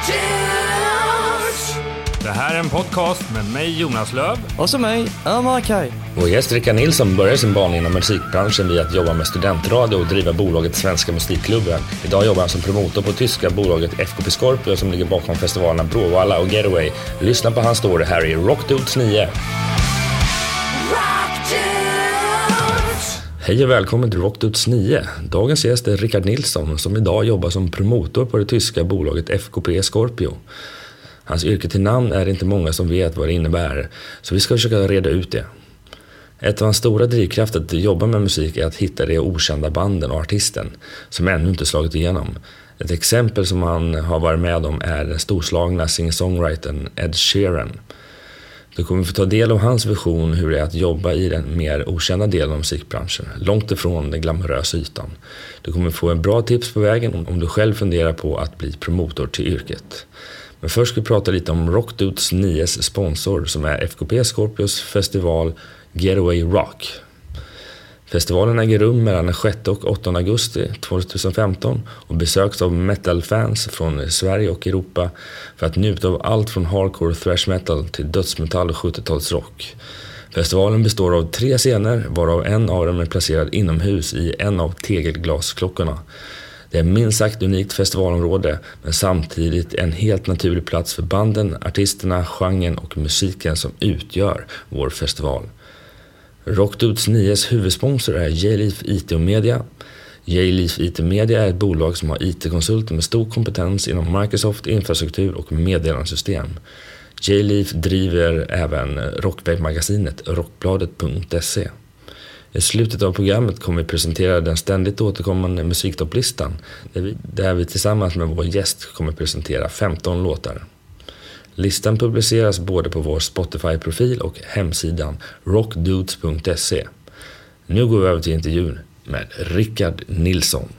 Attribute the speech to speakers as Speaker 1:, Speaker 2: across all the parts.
Speaker 1: Det här är en podcast med mig, Jonas Löv.
Speaker 2: Och så mig, Ömer Kaj.
Speaker 3: Vår gäst Rickard Nilsson började sin bana inom musikbranschen via att jobba med studentradio och driva bolaget Svenska musikklubben. Idag jobbar han som promotor på tyska bolaget FKP Scorpio som ligger bakom festivalerna Bråvalla och Getaway. Lyssna på hans story här i Rock Dudes 9. Hej och välkommen till Rock Dudes 9. Dagens gäst är Rickard Nilsson som idag jobbar som promotor på det tyska bolaget FKP Scorpio. Hans yrke till namn är det inte många som vet vad det innebär, så vi ska försöka reda ut det. Ett av hans stora drivkrafter att jobba med musik är att hitta de okända banden och artisten som ännu inte slagit igenom. Ett exempel som han har varit med om är den storslagna singer-songwritern Ed Sheeran. Då kommer vi få ta del av hans vision hur det är att jobba i den mer okända delen av musikbranschen, långt ifrån den glamorösa ytan. Du kommer få en bra tips på vägen om du själv funderar på att bli promotor till yrket. Men först ska vi prata lite om Rock Dudes 9s sponsor som är FKP Scorpios festival Getaway Rock. Festivalen äger rum mellan den 6 och 8 augusti 2015 och besöks av metalfans från Sverige och Europa för att njuta av allt från hardcore thrash metal till dödsmetall och 70-talsrock. Festivalen består av 3 scener varav en av dem är placerad inomhus i en av tegelglasklockorna. Det är minst sagt unikt festivalområde men samtidigt en helt naturlig plats för banden, artisterna, genren och musiken som utgör vår festival. Rock Dudes 9s huvudsponsor är J-Leaf IT och Media. J-Leaf IT Media är ett bolag som har IT-konsulter med stor kompetens inom Microsoft, infrastruktur och meddelandesystem. J-Leaf driver även rockwebbmagasinet rockbladet.se. I slutet av programmet kommer vi presentera den ständigt återkommande musiktopplistan där vi tillsammans med vår gäst kommer presentera 15 låtar. Listan publiceras både på vår Spotify-profil och hemsidan rockdudes.se. Nu går vi över till intervjun med Rickard Nilsson.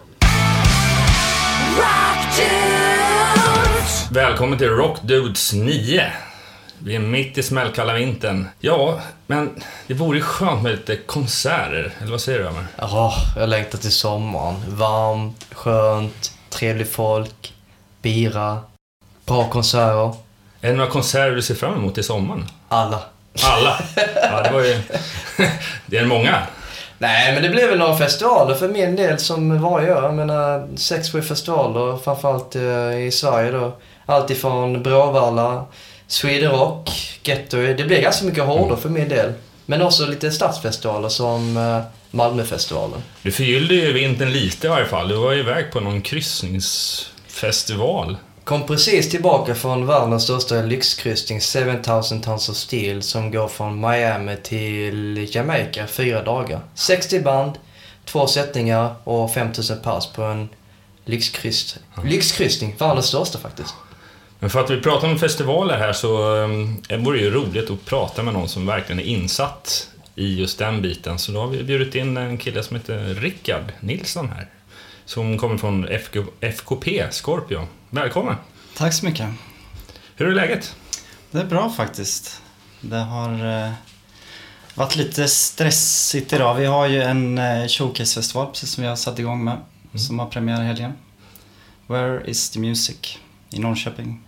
Speaker 3: Välkommen till Rock Dudes 9. Vi är mitt i smällkalla vintern. Ja, men det vore ju skönt med lite konserter. Eller vad säger du, Ömer?
Speaker 2: Ja, jag längtar till sommaren. Varmt, skönt, trevlig folk, bira, bra konserter.
Speaker 1: Är det några konserter du ser fram emot i sommaren?
Speaker 2: Alla.
Speaker 1: Alla? Ja, det var ju... det är många.
Speaker 2: Nej, men det blev väl några festivaler för min del som varje år. Jag menar, 6-7 festivaler, framförallt i Sverige då. Allt ifrån Bråvalla, Sweden Rock, Getaway. Det blir ganska mycket hårdare för min del. Men också lite stadsfestivaler som Malmöfestivalen. Du
Speaker 1: förgyllde ju vintern lite i varje fall. Du var iväg på någon kryssningsfestival.
Speaker 2: Kom precis tillbaka från världens största lyxkryssning 7000 Tons of Steel som går från Miami till Jamaica 4 dagar. 60 band, 2 sättningar och 5000 pass på en lyxkryssning. Världens största faktiskt.
Speaker 1: Men för att vi pratar om festivaler här så vore det ju roligt att prata med någon som verkligen är insatt i just den biten. Så då har vi bjudit in en kille som heter Rickard Nilsson här. Som kommer från FKP Scorpio. Välkommen!
Speaker 4: Tack så mycket.
Speaker 1: Hur är läget?
Speaker 4: Det är bra faktiskt. Det har varit lite stressigt idag. Vi har ju en showcase-festival precis som vi har satt igång med. Som har premiär i helgen. Where is the music? I Norrköping.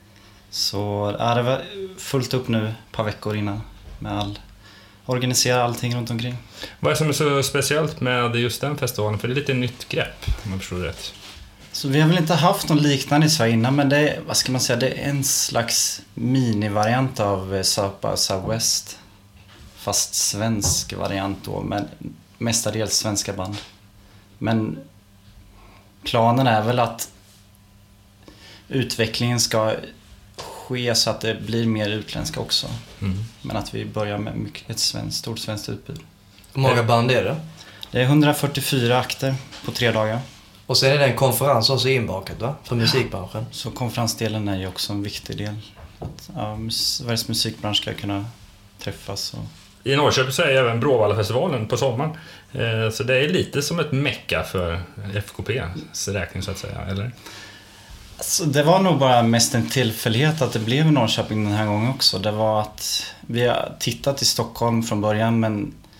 Speaker 4: Så det var fullt upp nu ett par veckor innan med organisera allting runt omkring.
Speaker 1: Vad är det som är så speciellt med just den festivalen? För det är lite nytt grepp, om jag förstår rätt.
Speaker 4: Så vi har väl inte haft någon liknande i Sverige innan, men det är, vad ska man säga, det är en slags minivariant av South by Southwest. Fast svensk variant då, men mestadels svenska band. Men planen är väl att utvecklingen ska ske så att det blir mer utländska också. Men att vi börjar med ett stort svenskt utbud.
Speaker 2: Hur många band är det?
Speaker 4: Det är 144 akter på 3 dagar.
Speaker 2: Och sen är det en konferens också inbakat, va? För musikbranschen.
Speaker 4: Så konferensdelen är ju också en viktig del. Att Sveriges musikbransch ska kunna träffas.
Speaker 1: I Norrköping så är även Bråvalla-festivalen på sommaren. Så det är lite som ett mecka för FKP:s räkning så att säga, eller?
Speaker 4: Alltså, det var nog bara mest en tillfällighet att det blev i Norrköping den här gången också. Det var att vi har tittat i Stockholm från början men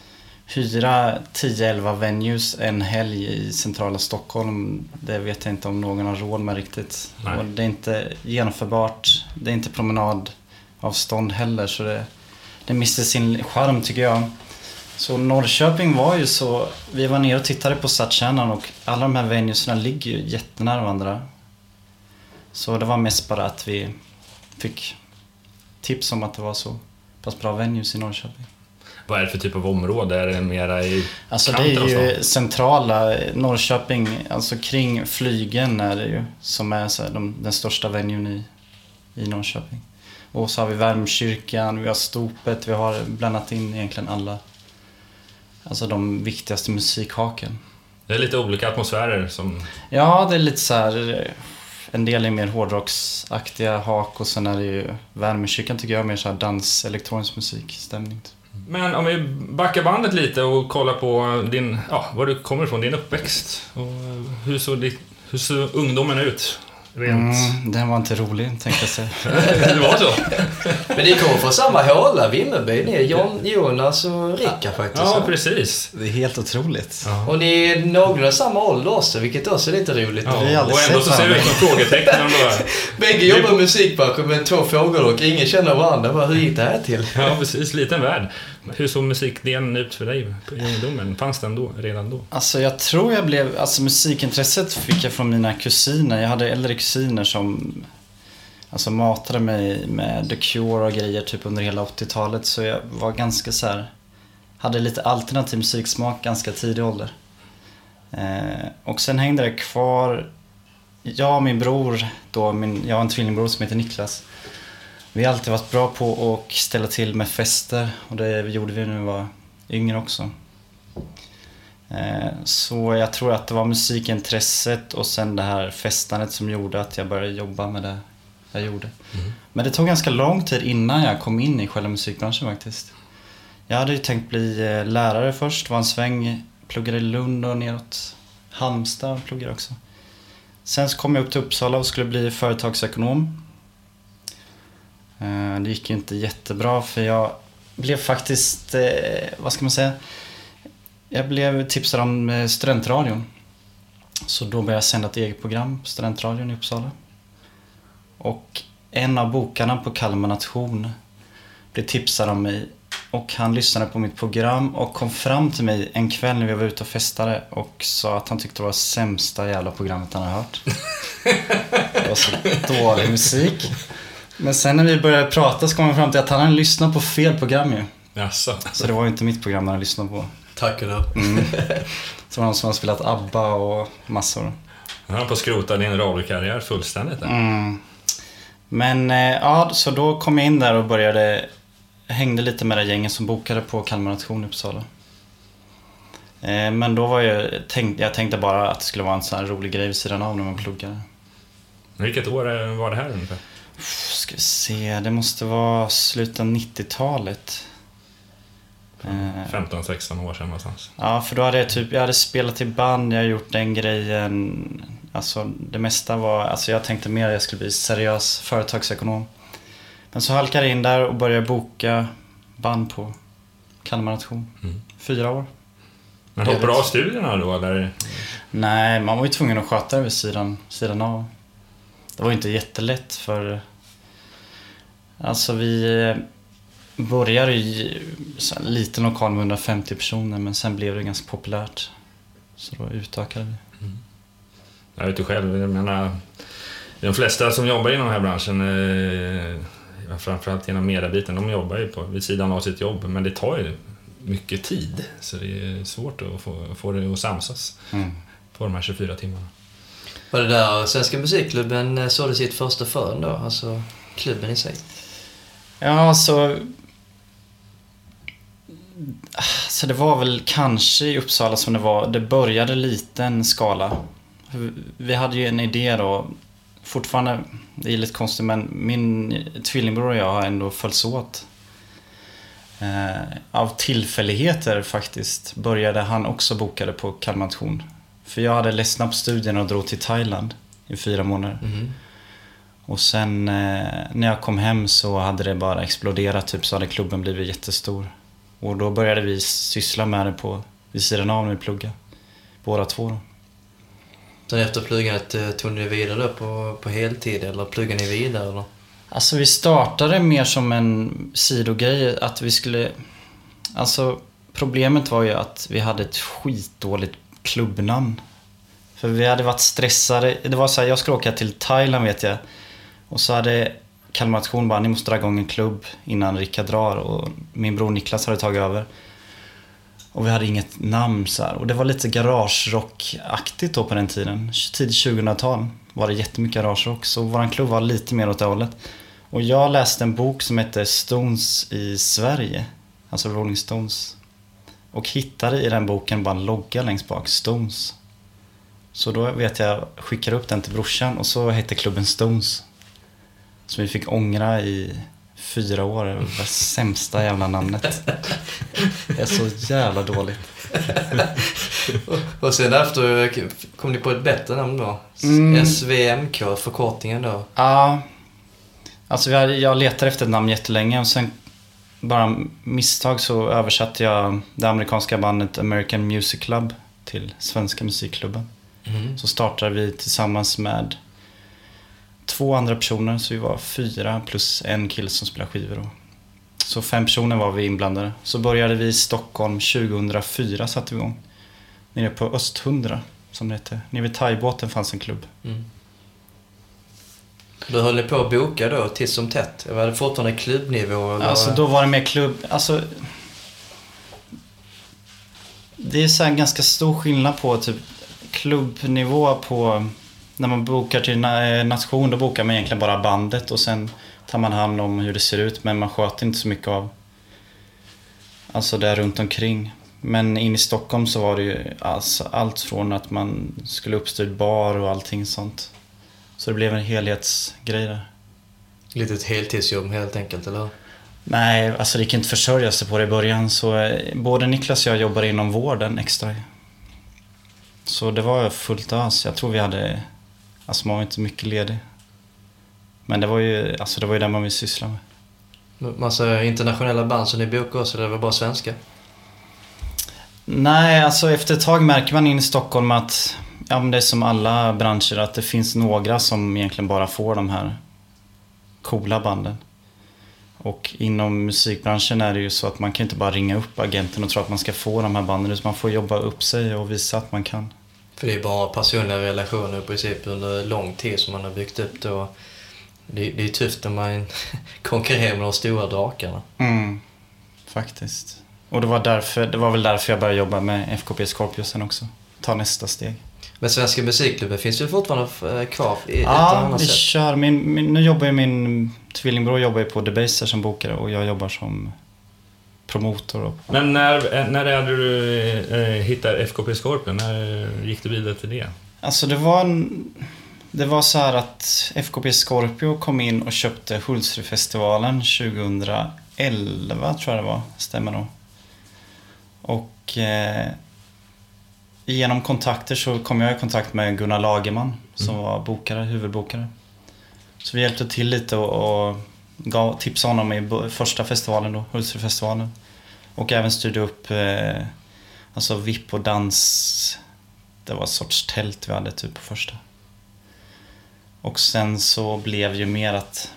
Speaker 4: hyra 10-11 venues en helg i centrala Stockholm, det vet jag inte om någon har råd med riktigt. Och det är inte genomförbart, det är inte promenadavstånd heller, så det mister sin charm tycker jag. Så Norrköping var ju så, vi var nere och tittade på stadskärnan och alla de här venuesna ligger ju jättenära varandra. Så det var mest bara att vi fick tips om att det var så pass bra venues i Norrköping.
Speaker 1: Vad är det för typ av område? Är det mera i
Speaker 4: alltså det är ju centrala Norrköping, alltså kring Flygen är det ju, som är så här, den största venuen i Norrköping. Och så har vi Värmkyrkan, vi har Stopet, vi har blandat in egentligen alla, alltså de viktigaste musikhaken.
Speaker 1: Det är lite olika atmosfärer som...
Speaker 4: Ja, det är lite så här, en del är mer hårdrocksaktiga hak och sen är det ju Värmkyrkan tycker jag är mer så här dans, elektronisk musikstämning.
Speaker 1: Men om vi backar bandet lite och kollar på var du kommer ifrån, din uppväxt. Och hur såg ungdomen ut?
Speaker 4: Den var inte rolig, tänkte jag säga.
Speaker 1: Det var så.
Speaker 2: Men ni kommer från samma håla, Vimmerby. Ni är Jonas och Rickard faktiskt.
Speaker 1: Ja, precis.
Speaker 4: Det är helt otroligt.
Speaker 2: Ja. Och ni är någorlunda samma ålder också, vilket också är lite roligt.
Speaker 1: Ja, och ändå så ser vi som frågetecken.
Speaker 2: Bägge jobbar med musikbranschen med 2 frågor och ingen känner varandra. Hur gick det här till?
Speaker 1: Ja, precis. Liten värld. Hur såg musikdelen ut för dig i ungdomen? Fanns den redan då?
Speaker 4: Alltså jag tror jag blev... Alltså musikintresset fick jag från mina kusiner. Jag hade äldre kusiner som alltså matade mig med The Cure och grejer typ under hela 80-talet. Så jag var ganska så här... Hade lite alternativ musiksmak ganska tidig ålder. Och sen hängde det kvar... Jag och min bror då, jag har en tvillingbror som heter Niklas. Vi har alltid varit bra på att ställa till med fester och det gjorde vi när vi var yngre också. Så jag tror att det var musikintresset och sen det här festandet som gjorde att jag började jobba med det jag gjorde. Men det tog ganska lång tid innan jag kom in i själva musikbranschen faktiskt. Jag hade ju tänkt bli lärare först, var en sväng, pluggade i Lund och neråt Halmstad och pluggade också. Sen så kom jag upp till Uppsala och skulle bli företagsekonom. Det gick ju inte jättebra för jag blev faktiskt, vad ska man säga, jag blev tipsad om studentradion. Så då började jag sända ett eget program på studentradion i Uppsala. Och en av bokarna på Kalmar Nation blev tipsad om mig och han lyssnade på mitt program och kom fram till mig en kväll när vi var ute och festade och sa att han tyckte det var sämsta jävla programmet han hade hört. Det var så dålig musik. Men sen när vi började prata så kom han fram till att han hade lyssnat på fel program ju.
Speaker 1: Jaså.
Speaker 4: Så det var ju inte mitt program han lyssnade på.
Speaker 2: Tack och
Speaker 4: Så var någon som har spelat ABBA och massor.
Speaker 1: Han har på att skrota din radiokarriär fullständigt där.
Speaker 4: Men ja, så då kom jag in där och hängde lite med det gänget som bokade på Kalmar Nation i Uppsala. Men då var jag tänkte bara att det skulle vara en sån här rolig grej vid sidan av när man pluggade.
Speaker 1: Vilket år var det här ungefär?
Speaker 4: Ska vi se, det måste vara slutet av 90-talet.
Speaker 1: 15-16 år sedan någonstans.
Speaker 4: Ja, för då hade jag hade spelat i band, jag hade gjort den grejen. Alltså det mesta var, alltså jag tänkte mer att jag skulle bli seriös företagsekonom. Men så halkade jag in där och började boka band på Kalmar Nation. 4 år.
Speaker 1: Men hoppade du av studierna då eller?
Speaker 4: Nej, man var ju tvungen att sköta det vid sidan av. Det var ju inte jättelätt för... Alltså vi började i en liten lokal med 150 personer men sen blev det ganska populärt. Så då utökade vi.
Speaker 1: Jag vet ju själv, jag menar, de flesta som jobbar inom den här branschen, framförallt inom mediabiten, de jobbar ju vid sidan av sitt jobb, men det tar ju mycket tid så det är svårt att få det att samsas på de här 24 timmarna.
Speaker 2: Var det där Svenska musikklubben sålde sitt första förrän då? Alltså klubben i sig?
Speaker 4: Ja, så det var väl kanske i Uppsala som det var. Det började liten skala. Vi hade ju en idé då. Fortfarande, det är lite konstigt, men min tvillingbror och jag har ändå följts åt. Av tillfälligheter faktiskt började han också bokade på Kalmar Nation. För jag hade ledsnat på studien och drog till Thailand i 4 månader. Och sen när jag kom hem så hade det bara exploderat typ, så hade klubben blivit jättestor. Och då började vi syssla med det vid sidan av när vi pluggade. Båda två då.
Speaker 2: Sen efter pluggandet tog ni vidare på heltid eller pluggade ni vidare? Eller?
Speaker 4: Alltså vi startade mer som en sidogrej att vi skulle... Alltså problemet var ju att vi hade ett skitdåligt klubbnamn. För vi hade varit stressade. Det var så här, jag skulle åka till Thailand vet jag. Och så hade Kalmar Auktion bara, ni måste dra igång en klubb innan Rickard drar. Och min bror Niklas hade tagit över. Och vi hade inget namn så här. Och det var lite garagerock-aktigt då på den tiden. Tidigt 2000-tal var det jättemycket garagerock. Så våran klubb var lite mer åt det hållet. Och jag läste en bok som heter Stones i Sverige. Alltså Rolling Stones. Och hittade i den boken bara en logga längst bak, Stones. Så då vet jag, skickade upp den till brorsan och så hette klubben Stones. Så vi fick ångra i 4 år. Det var det sämsta jävla namnet. Det är så jävla dåligt.
Speaker 2: Och sen efter kom ni på ett bättre namn då? SVMK, förkortningen då?
Speaker 4: Ja, alltså jag letade efter ett namn jättelänge och sen bara misstag så översatte jag det amerikanska bandet American Music Club till Svenska Musikklubben. Så startade vi tillsammans med 2 andra personer, så vi var 4 plus en kille som spelar skivor då. Så 5 personer var vi inblandade. Så började vi i Stockholm 2004, satte vi igång. Nere på Östhundra, som det heter. Nere vid Thaibåten fanns en klubb.
Speaker 2: Du höll ni på att boka då, titt som tätt? Var det fortfarande klubbnivå? Eller?
Speaker 4: Alltså då var det mer klubb. Alltså, det är så här ganska stor skillnad på typ klubbnivå på... När man bokar till nation, då bokar man egentligen bara bandet och sen tar man hand om hur det ser ut, men man sköter inte så mycket av alltså där runt omkring. Men in i Stockholm så var det ju alltså allt från att man skulle uppstyrd bar och allting sånt. Så det blev en helhetsgrej där.
Speaker 2: Lite ett heltidsjobb helt enkelt, eller?
Speaker 4: Nej, alltså det gick inte försörja sig på det i början. Så både Niklas och jag jobbade inom vården extra. Så det var fullt ös. Jag tror vi hade... Alltså man var inte mycket ledig. Men det var ju det man ville syssla med.
Speaker 2: Massa internationella band som ni bokade också, eller det var bara svenska?
Speaker 4: Nej, alltså efter ett tag märker man in i Stockholm att men det är som alla branscher, att det finns några som egentligen bara får de här coola banden. Och inom musikbranschen är det ju så att man kan inte bara ringa upp agenten och tro att man ska få de här banden, utan man får jobba upp sig och visa att man kan.
Speaker 2: För det är bara personliga relationer i princip under lång tid som man har byggt upp då. Det är tufft när man konkurrerar med de stora drakarna.
Speaker 4: Faktiskt. Och det var väl därför jag började jobba med FKP Scorpio sen också. Ta nästa steg.
Speaker 2: Men Svenska Musikklubben finns ju fortfarande kvar i ett
Speaker 4: annat sätt? Ja, vi kör. Nu jobbar ju min tvillingbror jobbar på The Baser som bokare och jag jobbar som promotor.
Speaker 1: Men när är du hittar FKP Scorpio? När gick du vidare till det?
Speaker 4: Alltså det var så här att FKP Scorpio kom in och köpte Hultsfredsfestivalen 2011 tror jag det var, stämmer nog. Och genom kontakter så kom jag i kontakt med Gunnar Lagerman som var huvudbokare. Så vi hjälpte till lite och tipsade honom i första festivalen då, Hultsfredsfestivalen. Och även styrde upp alltså VIP och dans. Det var ett sorts tält vi hade typ på första. Och sen så blev ju mer att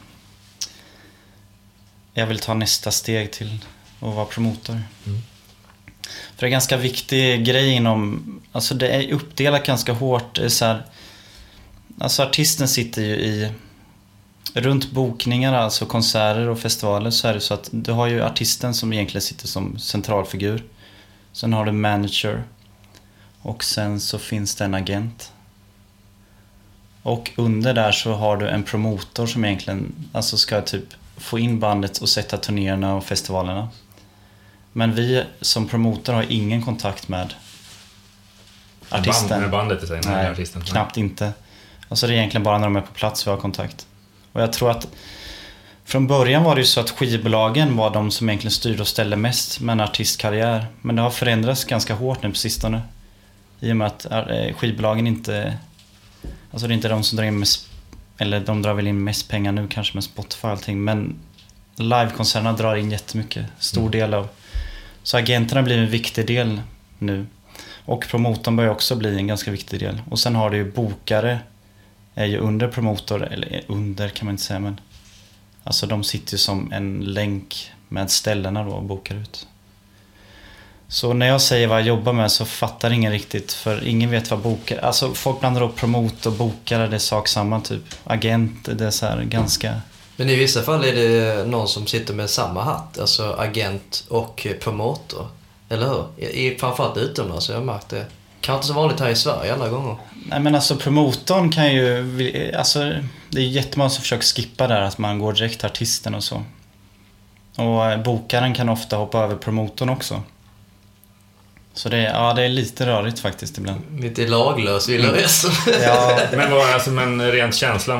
Speaker 4: jag vill ta nästa steg till att vara promotor. För det är en ganska viktig grej inom, alltså det är uppdelat ganska hårt så här, alltså artisten sitter ju runt bokningar, alltså konserter och festivaler, så är det så att du har ju artisten som egentligen sitter som centralfigur. Sen har du manager och sen så finns det en agent. Och under där så har du en promotor som egentligen alltså ska typ få in bandet och sätta turnéerna och festivalerna. Men vi som promotor har ingen kontakt med artisten.
Speaker 1: Med bandet i sig?
Speaker 4: Nej,
Speaker 1: artisten.
Speaker 4: knappt inte. Alltså det är egentligen bara när de är på plats vi har kontakt. Och jag tror att från början var det ju så att skivbolagen var de som egentligen styrde och ställde mest med en artistkarriär. Men det har förändrats ganska hårt nu på sistone. I och med att skivbolagen inte... Alltså det är inte de som drar in mest... Eller de drar väl in mest pengar nu kanske med Spotify och allting. Men livekonserterna drar in jättemycket. Stor del av Så agenterna blir en viktig del nu. Och promotorn börjar också bli en ganska viktig del. Och sen har du ju bokare, är ju under promotor, eller under kan man inte säga, men alltså de sitter ju som en länk med ställena då och bokar ut. Så när jag säger vad jag jobbar med så fattar ingen riktigt, för ingen vet vad bokare, alltså folk blandar upp promotor och bokare, det är sak samma typ. Agent, det är så här ganska...
Speaker 2: Men i vissa fall är det någon som sitter med samma hatt, alltså agent och promotor, eller hur? Framförallt utomlands, jag har märkt det. Kan inte så vanligt här i Sverige alla gånger.
Speaker 4: Nej men alltså promotorn kan ju, alltså det är jättemånga som försöker skippa där, att man går direkt till artisten och så. Och bokaren kan ofta hoppa över promotorn också. Så det är lite rörigt faktiskt ibland.
Speaker 2: Lite laglös Vilda Västern.
Speaker 4: Ja.
Speaker 1: Men rent känslan,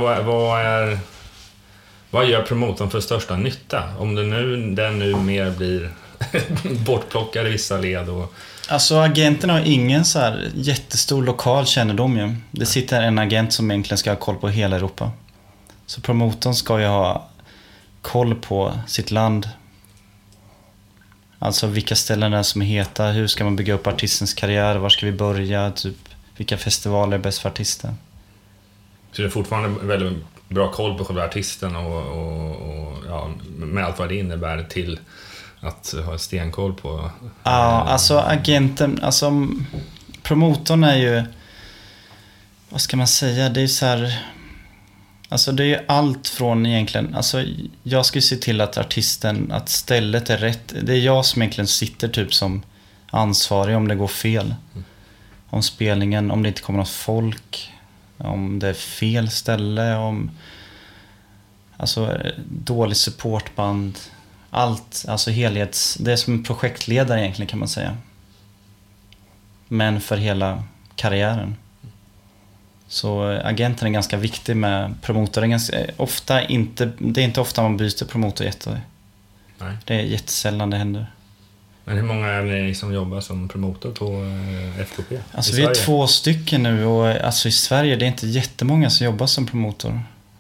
Speaker 1: vad gör promotorn för största nytta? Om den nu mer blir bortplockad i vissa led och...
Speaker 4: Alltså agenten har ingen så här jättestor lokal kännedom ju. Det sitter en agent som egentligen ska ha koll på hela Europa. Så promotorn ska ju ha koll på sitt land. Alltså vilka ställen är som är heta, hur ska man bygga upp artistens karriär, var ska vi börja, typ vilka festivaler är bäst för artisten. Så
Speaker 1: det är fortfarande väldigt bra koll på själva artisten och ja, med allt vad det innebär till att ha stenkoll på...
Speaker 4: Ja, alltså agenten, alltså promotorn är ju, vad ska man säga, det är så här, alltså det är ju allt från egentligen, alltså jag ska ju se till att artisten, att stället är rätt. Det är jag som egentligen sitter typ som ansvarig om det går fel. Om spelningen, om det inte kommer något folk, om det är fel ställe, om alltså dålig supportband, allt, alltså det är som en projektledare egentligen kan man säga. Men för hela karriären. Så agenten är ganska viktig med promotor. Det är inte ofta man byter promotor
Speaker 1: Nej.
Speaker 4: Det är jättesällan det händer.
Speaker 1: Men hur många är ni som jobbar som promotor på FKP?
Speaker 4: Alltså vi är 2 stycken nu och alltså i Sverige det är inte jättemånga som jobbar som promotor.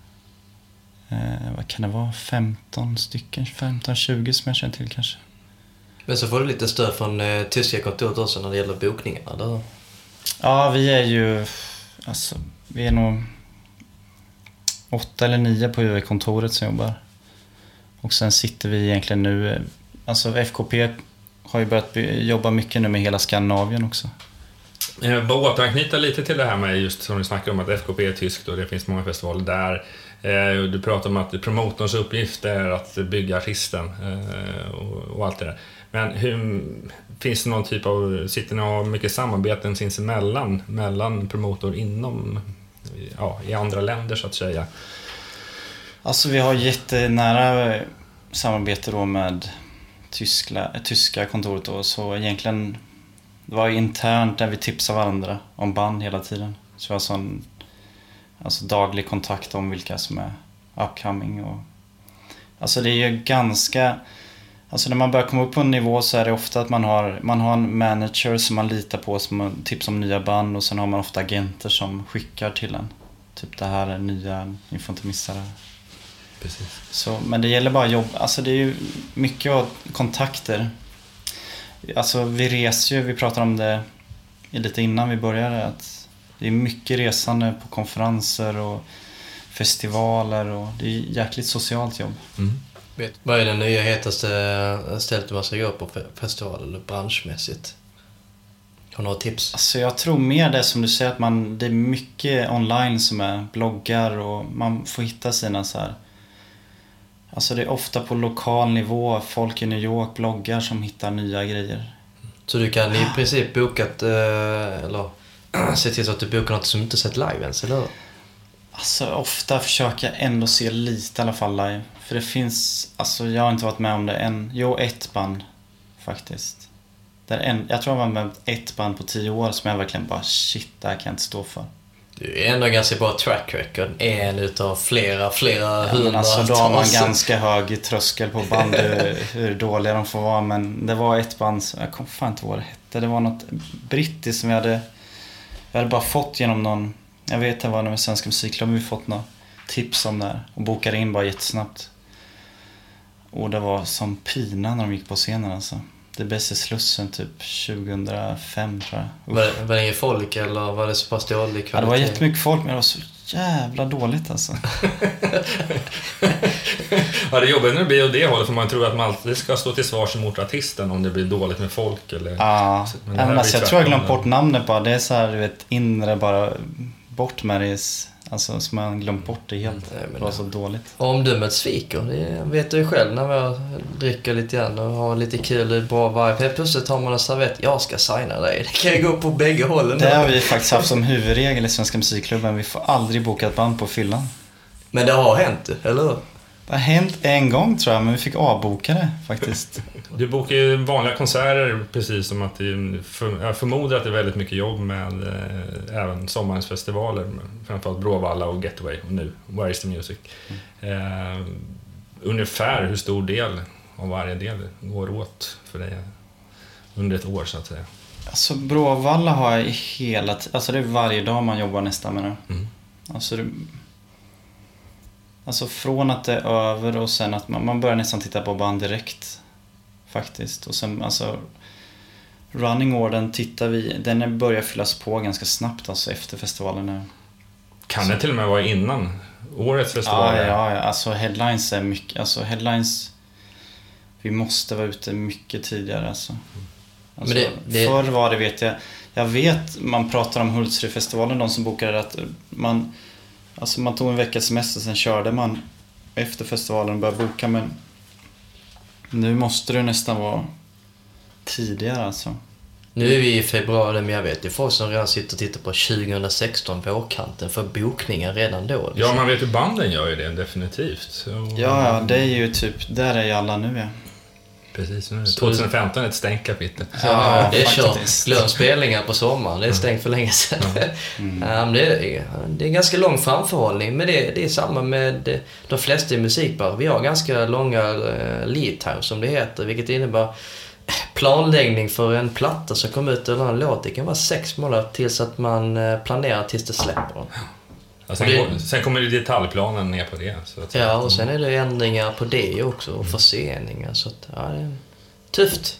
Speaker 4: Vad kan det vara? 15 stycken, 15-20 som jag känner till kanske.
Speaker 2: Men så får du lite stöd från tyska kontoret också när det gäller bokningarna då?
Speaker 4: Ja, vi är ju, alltså vi är nog 8 eller 9 på UV-kontoret som jobbar. Och sen sitter vi egentligen nu, alltså FKP har ju börjat jobba mycket nu med hela Skandinavien också.
Speaker 1: Bara återanknyta lite till det här med just som du snackade om att FKP är tyskt och det finns många festivaler där. Du pratar om att promotorns uppgift är att bygga artisten och allt det där. Men finns det någon typ av, sitter ni och mycket samarbeten sinsemellan mellan promotor inom, i andra länder så att säga?
Speaker 4: Alltså vi har jättenära samarbete då med tyska kontoret då, så egentligen det var internt där vi tipsade varandra om band hela tiden. Så vi har sån daglig kontakt om vilka som är upcoming och alltså det är ju ganska, alltså när man börjar komma upp på en nivå så är det ofta att man har en manager som man litar på som tipsar om nya band och sen har man ofta agenter som skickar till en. Typ det här är nya, ni får inte missa det.
Speaker 1: Precis.
Speaker 4: Så, men det gäller bara jobb, alltså det är ju mycket av kontakter. Alltså vi reser ju, vi pratar om det lite innan vi började, att det är mycket resande på konferenser och festivaler och det är jäkligt socialt jobb.
Speaker 2: Vad är den nya hetaste stället man ska gå på festival eller branschmässigt? Har du några tips?
Speaker 4: Alltså jag tror mer det som du säger att det är mycket online som är bloggar och man får hitta sina så här. Alltså det är ofta på lokal nivå, folk i New York bloggar som hittar nya grejer.
Speaker 2: Så du kan i princip boka eller se till så att du bokar något som du inte sett live ens, eller hur?
Speaker 4: Alltså ofta försöker jag ändå se lite i alla fall live. För det finns, alltså jag har inte varit med om det ett band faktiskt. Jag tror jag var med ett band på 10 år som jag verkligen bara shit, det här kan jag inte stå för.
Speaker 2: Du är ändå ganska bra track record. En utav flera hundra.
Speaker 4: Alltså då har man ganska hög tröskel på band hur dåliga de får vara. Men det var ett band, jag kommer fan inte ihåg vad det hette. Det var något brittiskt som jag hade bara fått genom någon, jag vet det var när vi Svenska Musikklubben, vi fått några tips om det här. Och bokade in bara jättesnabbt. Och det var som pina när de gick på scenen alltså. det bästa Slussen typ 2005 tror jag.
Speaker 2: Var det ingen folk eller var det så pass dålig kvalitet?
Speaker 4: Ja, det var jättemycket folk men det var så jävla dåligt alltså.
Speaker 1: Ja, det är jobbigt när det blir åt det hållet för man tror att man alltid ska stå till svars mot artisten om det blir dåligt med folk eller...
Speaker 4: Ja, men alltså, jag tror jag glömt bort namnet bara. Det är så här, du vet, inre bara bort med det. Alltså som man glömt bort det helt. Det var så dåligt.
Speaker 2: Omdömet sviker, det vet du ju själv när jag dricker lite grann och har lite kul, bra vibe. Helt plötsligt har man en servett, jag ska signa dig. Det kan ju gå på bägge hållen.
Speaker 4: Det har vi faktiskt haft som huvudregel i Svenska musikklubben. Vi får aldrig boka ett band på fyllan.
Speaker 2: Men det har hänt, eller hur?
Speaker 4: Det har hänt en gång tror jag, men vi fick avboka det faktiskt.
Speaker 1: Du bokar ju vanliga konserter precis som att jag förmodar att det är väldigt mycket jobb med även sommarens festivaler, framförallt Bråvalla och Getaway och nu Where is the Music. Ungefär hur stor del av varje del går åt för dig under ett år så att säga?
Speaker 4: Alltså Bråvalla har jag hela tiden, alltså det är varje dag man jobbar nästan med det. Alltså från att det är över och sen att man börjar nästan titta på band direkt faktiskt. Och sen alltså Running Orden tittar vi, den börjar fyllas på ganska snabbt alltså efter festivalen.
Speaker 1: Kan det till och med vara innan årets festival?
Speaker 4: Ja, alltså headlines är mycket, alltså headlines vi måste vara ute mycket tidigare alltså. Alltså men förr var det vet jag vet man pratar om Hultsfredsfestivalen, de som bokade att man tog en veckas semester, sen körde man efter festivalen och började boka, men nu måste det nästan vara tidigare alltså.
Speaker 2: Nu är vi i februari, men jag vet ju folk som redan sitter och tittar på 2016 vårkanten för bokningar redan då.
Speaker 1: Ja, man vet ju banden gör ju det definitivt.
Speaker 4: Ja, det är ju typ, där är ju alla nu ja.
Speaker 1: Precis, 2015 är ett stängt kapitel.
Speaker 2: Ja, det är kört. Glömspelningar på sommaren, det är stängt för länge sedan. Det är ganska lång framförhållning, men det är samma med de flesta i musikbar. Vi har ganska långa lead time som det heter, vilket innebär planläggning för en platta som kommer ut eller en låt. Det kan vara 6 månader tills att man planerar tills det släpper.
Speaker 1: Ja, sen kommer det detaljplanen ner på det. Så att
Speaker 2: ja, och sen är det ändringar på det också och förseningar. Så att, ja, det är tufft.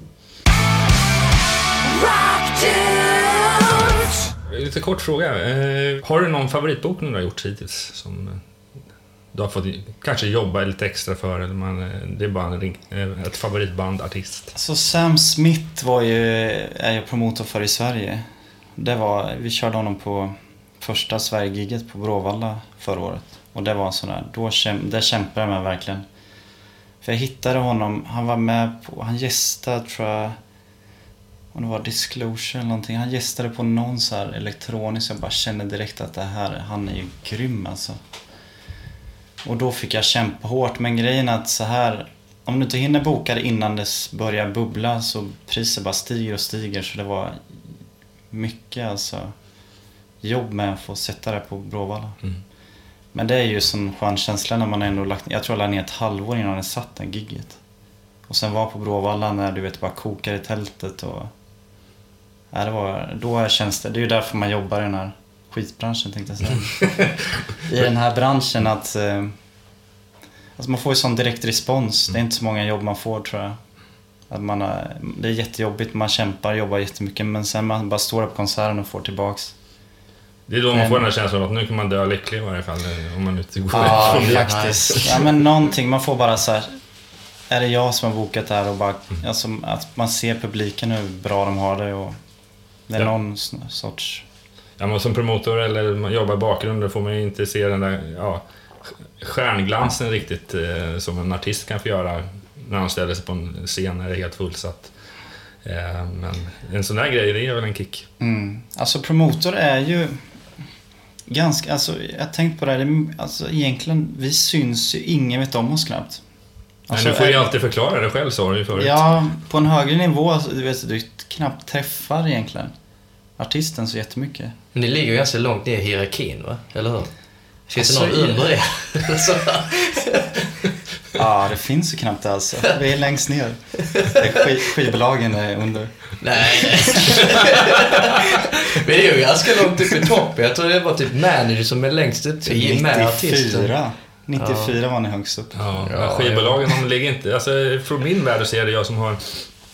Speaker 1: Lite kort fråga. Har du någon favoritbokning du har gjort hittills som du har fått kanske jobba lite extra för? Eller det är bara ett favoritbandartist.
Speaker 4: Så Sam Smith är jag promotor för i Sverige. Vi körde honom på första Sverige-giget på Bråvalla förra året. Och det var en sån där, där kämpade jag med verkligen. För jag hittade honom, han var med på, han gästade tror jag, om det var Disclosure eller någonting. Han gästade på någon så här elektronisk, jag bara kände direkt att han är ju grym alltså. Och då fick jag kämpa hårt, men grejen är att så här, om du inte hinner boka det innan det börjar bubbla så priset bara stiger och stiger, så det var mycket alltså jobb med att få sätta det på Bråvalla. Men det är ju sån skön känsla när man ändå jag tror jag la ner ett halvår innan det satt den gigget. Och sen var på Bråvalla när du vet bara kokar i tältet och då känns det är ju därför man jobbar i den här skitbranschen tänkte jag säga. I den här branschen att alltså man får ju sån direkt respons. Det är inte så många jobb man får tror jag. Att det är jättejobbigt, man jobbar jättemycket, men sen man bara står på konserten och får tillbaks.
Speaker 1: Det är då man får den här känslan att nu kan man dö lycklig i varje fall om man inte går
Speaker 4: från det. Faktiskt. Ja, men någonting, man får bara så här, är det jag som har bokat det här och bara, alltså, att man ser publiken hur bra de har det och det är någon sorts...
Speaker 1: Ja, men som promotor eller man jobbar i bakgrunden får man ju inte se den där stjärnglansen riktigt som en artist kan få göra när han ställer sig på en scen när det är helt fullsatt. Men en sån där grej, det är väl en kick.
Speaker 4: Alltså promotor är ju ganska, alltså jag tänkte på det alltså egentligen, vi syns ju, ingen vet om oss knappt. Alltså,
Speaker 1: men du får ju alltid förklara det själv, sa du ju förut.
Speaker 4: Ja, på en högre nivå, du knappt träffar egentligen artisten så jättemycket.
Speaker 2: Men ni ligger ju ganska långt ner i hierarkin, va? Eller hur? Finns det någon under det?
Speaker 4: Ja, det finns ju knappt det alltså. Vi är längst ner. Skivbolagen är under.
Speaker 2: Nej. Vi är ju ganska långt upp i topp. Jag tror det var typ manager som är längst upp i med artisten.
Speaker 4: 94 var ni högst upp.
Speaker 1: Ja, skivbolagen de ligger inte... Alltså, från min värld så är det jag som har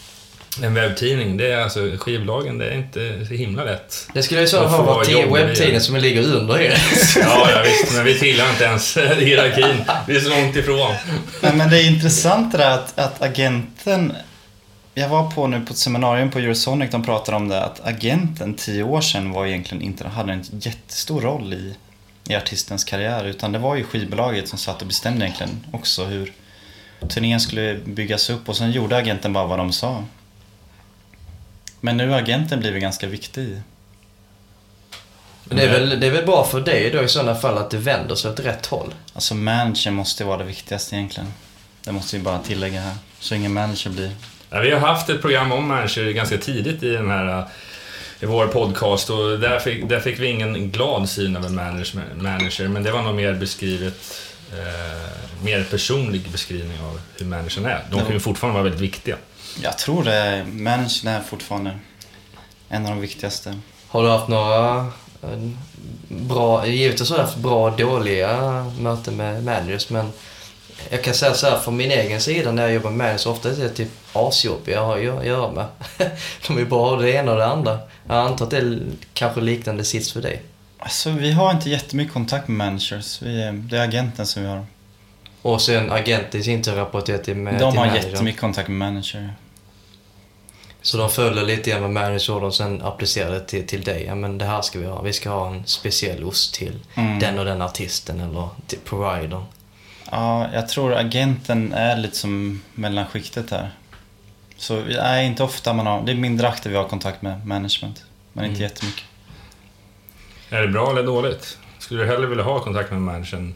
Speaker 1: En webbtidning, det är alltså skivbolagen, det är inte så himla lätt.
Speaker 2: Det skulle ju så vara 10 webbtidningar som ligger under er.
Speaker 1: Ja, visst, men vi tillhör inte ens hierarkin. Vi är så långt ifrån.
Speaker 4: Men det är intressant det där att agenten... Jag var på nu på ett seminarium på Eurosonic, de pratade om det, att agenten 10 år sedan var egentligen inte, hade en jättestor roll i artistens karriär, utan det var ju skivbolaget som satt och bestämde egentligen också hur turnén skulle byggas upp, och sen gjorde agenten bara vad de sa. Men nu har agenten blivit ganska viktig.
Speaker 2: Det är väl bra för dig då i sådana fall att det vänder sig åt rätt håll.
Speaker 4: Alltså manager måste vara det viktigaste egentligen. Det måste vi bara tillägga här. Så ingen manager blir...
Speaker 1: Ja, vi har haft ett program om manager ganska tidigt i vår podcast, och där fick vi ingen glad syn av en manager, men det var nog mer beskrivet, mer personlig beskrivning av hur managern är. De kan ju fortfarande vara väldigt viktiga. Jag tror det. Managern är fortfarande en av de viktigaste.
Speaker 2: Har du haft några bra, givetvis har du haft bra och dåliga möten med managers, men jag kan säga så här från min egen sida när jag jobbar med managers, ofta är det typ asjobb jag har att göra med. De är bara det ena och det andra. Jag antar att det är kanske liknande sits för dig.
Speaker 4: Alltså vi har inte jättemycket kontakt med managers. Det är agenten som vi har.
Speaker 2: Och sen agenten i sin tur rapporterar till
Speaker 4: manager. De har jättemycket kontakt med manager.
Speaker 2: Så de följer lite grann med manager och de sen applicerar det till dig. Ja, men det här ska vi ha. Vi ska ha en speciell ost till den och den artisten eller till providern. Ja, jag tror agenten är lite som mellanskiktet här. Så nej, inte ofta man har. Det är mindre aktivt vi har kontakt med management. Men inte jättemycket.
Speaker 1: Är det bra eller dåligt? Skulle du hellre vilja ha kontakt med managern?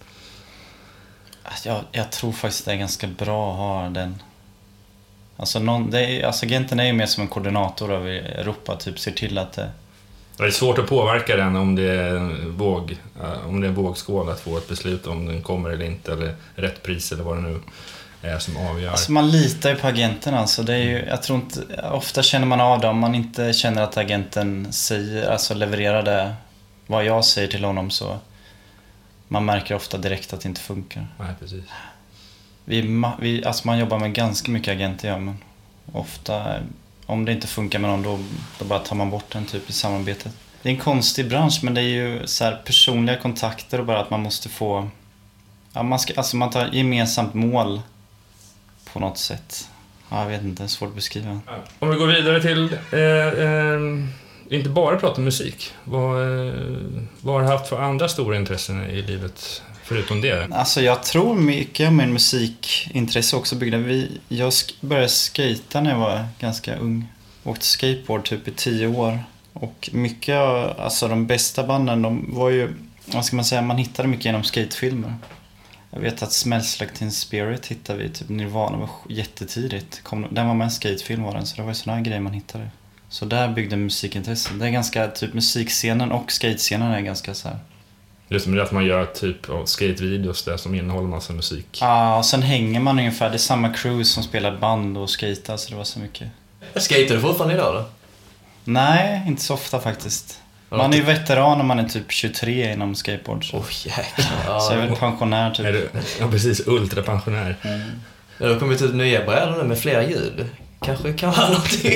Speaker 4: Jag tror faktiskt det är ganska bra att ha den. Alltså agenten är ju mer som en koordinator över Europa, typ ser till att det...
Speaker 1: Det är svårt att påverka den om det är en vågskål att få ett beslut om den kommer eller inte, eller rätt pris eller vad det nu är som avgör.
Speaker 4: Alltså man litar ju på agenten, alltså det är ju, jag tror inte, ofta känner man av det om man inte känner att agenten säger, alltså levererar det vad jag säger till honom, så man märker ofta direkt att det inte funkar.
Speaker 1: Nej, precis.
Speaker 4: Alltså man jobbar med ganska mycket agenter, ja, men ofta om det inte funkar med någon då bara tar man bort den typ i samarbetet. Det är en konstig bransch, men det är ju så här personliga kontakter och bara att man måste få, ja, man tar gemensamt mål på något sätt. Ja, jag vet inte, det är svårt att beskriva.
Speaker 1: Om vi går vidare till inte bara prata om musik. Vad har du haft för andra stora intressen i livet förutom det?
Speaker 4: Alltså jag tror mycket av min musikintresse också byggde. Jag började skata när jag var ganska ung. Åkte skateboard typ i 10 år. Och mycket, alltså de bästa banden, de var ju, vad ska man säga, man hittade mycket genom skatefilmer. Jag vet att Smells Like Teen Spirit hittade vi, typ Nirvana var jättetidigt. Den var med en skatefilm var den, så det var ju sådana grejer man hittade. Så där byggde musikintressen. Det är ganska, typ musikscenen och skatescenen är ganska så här.
Speaker 1: Det är som att man gör typ av skatevideos där som innehåller massa musik.
Speaker 4: Ja, och sen hänger man ungefär, det är samma crew som spelar band och skater, så det var så mycket.
Speaker 2: Skater du fortfarande idag då?
Speaker 4: Nej, inte så ofta faktiskt. Man är ju veteran när man är typ 23 inom skateboard.
Speaker 2: Jäklar.
Speaker 4: Så jag är väl pensionär typ.
Speaker 1: Är du, ja, precis, ultrapensionär.
Speaker 2: Ja, då kommer vi ut nya brädor nu med flera ljud. Kanske kan vara någonting.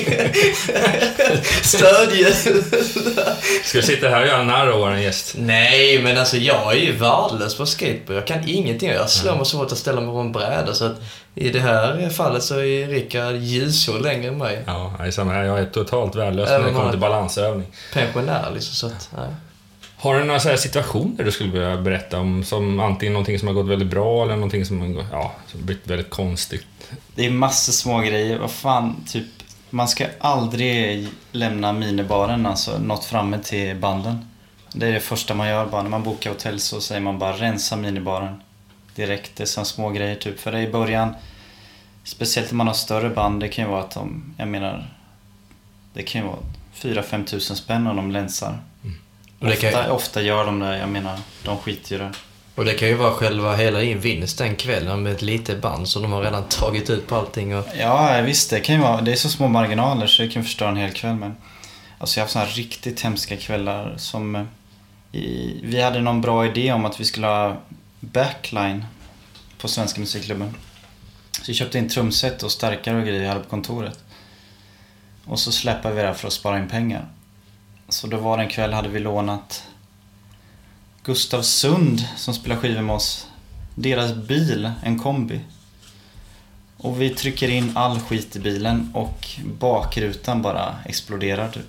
Speaker 2: Stödljud.
Speaker 1: Ska du sitta här och göra narr av en gäst?
Speaker 2: Nej, men alltså jag är ju värdelös på skateboard. Jag kan ingenting. Jag slår mig så hårt att ställa mig på en bräda. Så att i det här fallet så är Rickard ljusår längre än mig.
Speaker 1: Ja, det är samma här. Jag är totalt värdelös när det kommer till balansövning.
Speaker 2: Pensionär liksom, så att, nej.
Speaker 1: Har du några så här situationer du skulle vilja berätta om, som antingen någonting som har gått väldigt bra eller någonting som blivit väldigt konstigt?
Speaker 4: Det är massor små grejer. Vad fan, typ, man ska aldrig lämna minibaren, alltså något framme till banden. Det är det första man gör bara. När man bokar hotell så säger man bara rensa minibaren direkt. Det är sådana små grejer typ. För det i början, speciellt när man har större band, det kan ju vara att det kan ju vara 4-5 tusen spänn om de länsar. Ofta gör de det, de skiter ju det.
Speaker 2: Och det kan ju vara själva hela din vinst den kvällen med ett litet band som de har redan tagit ut på allting. Och...
Speaker 4: Ja, visst, det kan ju vara, det är så små marginaler så det kan förstöra en hel kväll. Men alltså jag har haft sådana riktigt hemska kvällar som vi hade någon bra idé om att vi skulle ha backline på Svenska musikklubben. Så vi köpte in trumset och starkare och grejer här på kontoret. Och så släppade vi det för att spara in pengar. Så då var det en kväll hade vi lånat Gustav Sund som spelar skivor med oss. Deras bil, en kombi. Och vi trycker in all skit i bilen och bakrutan bara exploderar typ.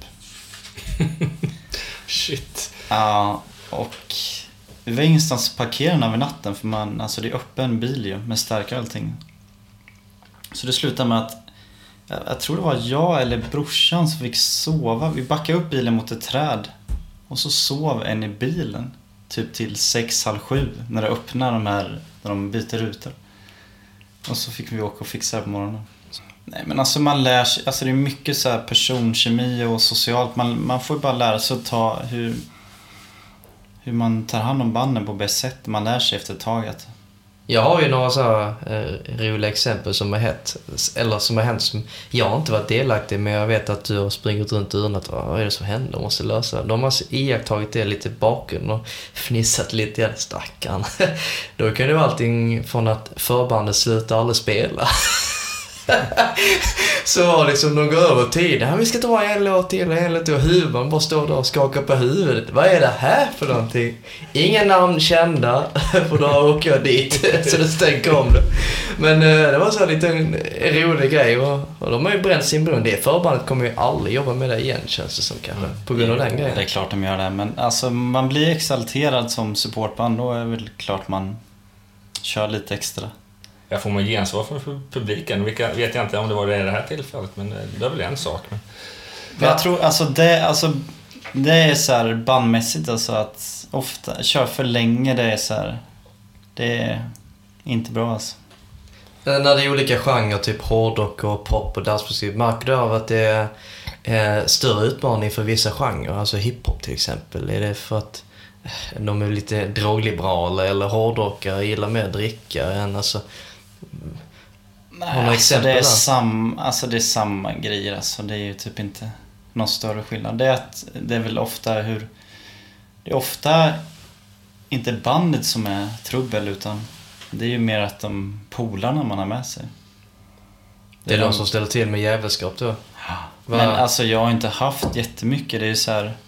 Speaker 1: Shit.
Speaker 4: Ja, och vi var ingenstans att parkera över natten för alltså det är öppen bil ju med stärkare och allting. Så det slutade med att jag tror det var jag eller brorsan som fick sova. Vi backade upp bilen mot ett träd och så sov en i bilen typ till 6:30 när det öppnar när de byter rutor. Och så fick vi åka och fixa det på morgonen. Nej, men alltså man lär sig, alltså det är mycket så här personkemi och socialt. Man får bara lära sig att ta hur man tar hand om banden på bäst sätt. Man lär sig efter ett tag att...
Speaker 2: Jag har ju några så här roliga exempel som har hänt som jag inte varit delaktig, men jag vet att du har sprungit runt och undrat vad är det som händer, de måste lösa. De har iakttagit det lite bakgrund och fnissat lite i stackarn. Då kan det vara allting från att förbandet slutar aldrig spela. Så liksom de går över tiden. Vi ska ta en låt till och huvudet bara står där och skakar på huvudet. Vad är det här för någonting? Ingen namn kända. För då åker jag dit. Så det stänker om det. Men det var så en liten rolig grej. Och de har ju bränt sin brunn. Det förbandet kommer ju aldrig jobba med det igen, känns det som kanske. På grund av den grejen.
Speaker 4: Det är klart de gör det. Men alltså man blir exalterad som supportband. Då är det väl klart man kör lite extra.
Speaker 1: Jag får man gensvar från publiken. Vilka vet jag inte om det var det här tillfället, men det är väl en sak. Men
Speaker 4: jag tror det är så här bandmässigt alltså att ofta kör för länge, det är så här, det är inte bra alltså.
Speaker 2: När det är olika genrer, typ hårdrock och pop och dansmusik, märker du av att det är större utmaning för vissa genrer, alltså hiphop till exempel? Är det för att de är lite drogliberala eller hårdrockare gillar mer dricka än alltså...
Speaker 4: Nej, alltså det är samma grejer alltså. Det är ju typ inte någon större skillnad. Det är väl ofta det är ofta inte bandet som är trubbel, utan det är ju mer att de polarna man har med sig.
Speaker 2: Det är de som ställer till med jävelskap då.
Speaker 4: Men alltså jag har inte haft jättemycket. Det är ju så här,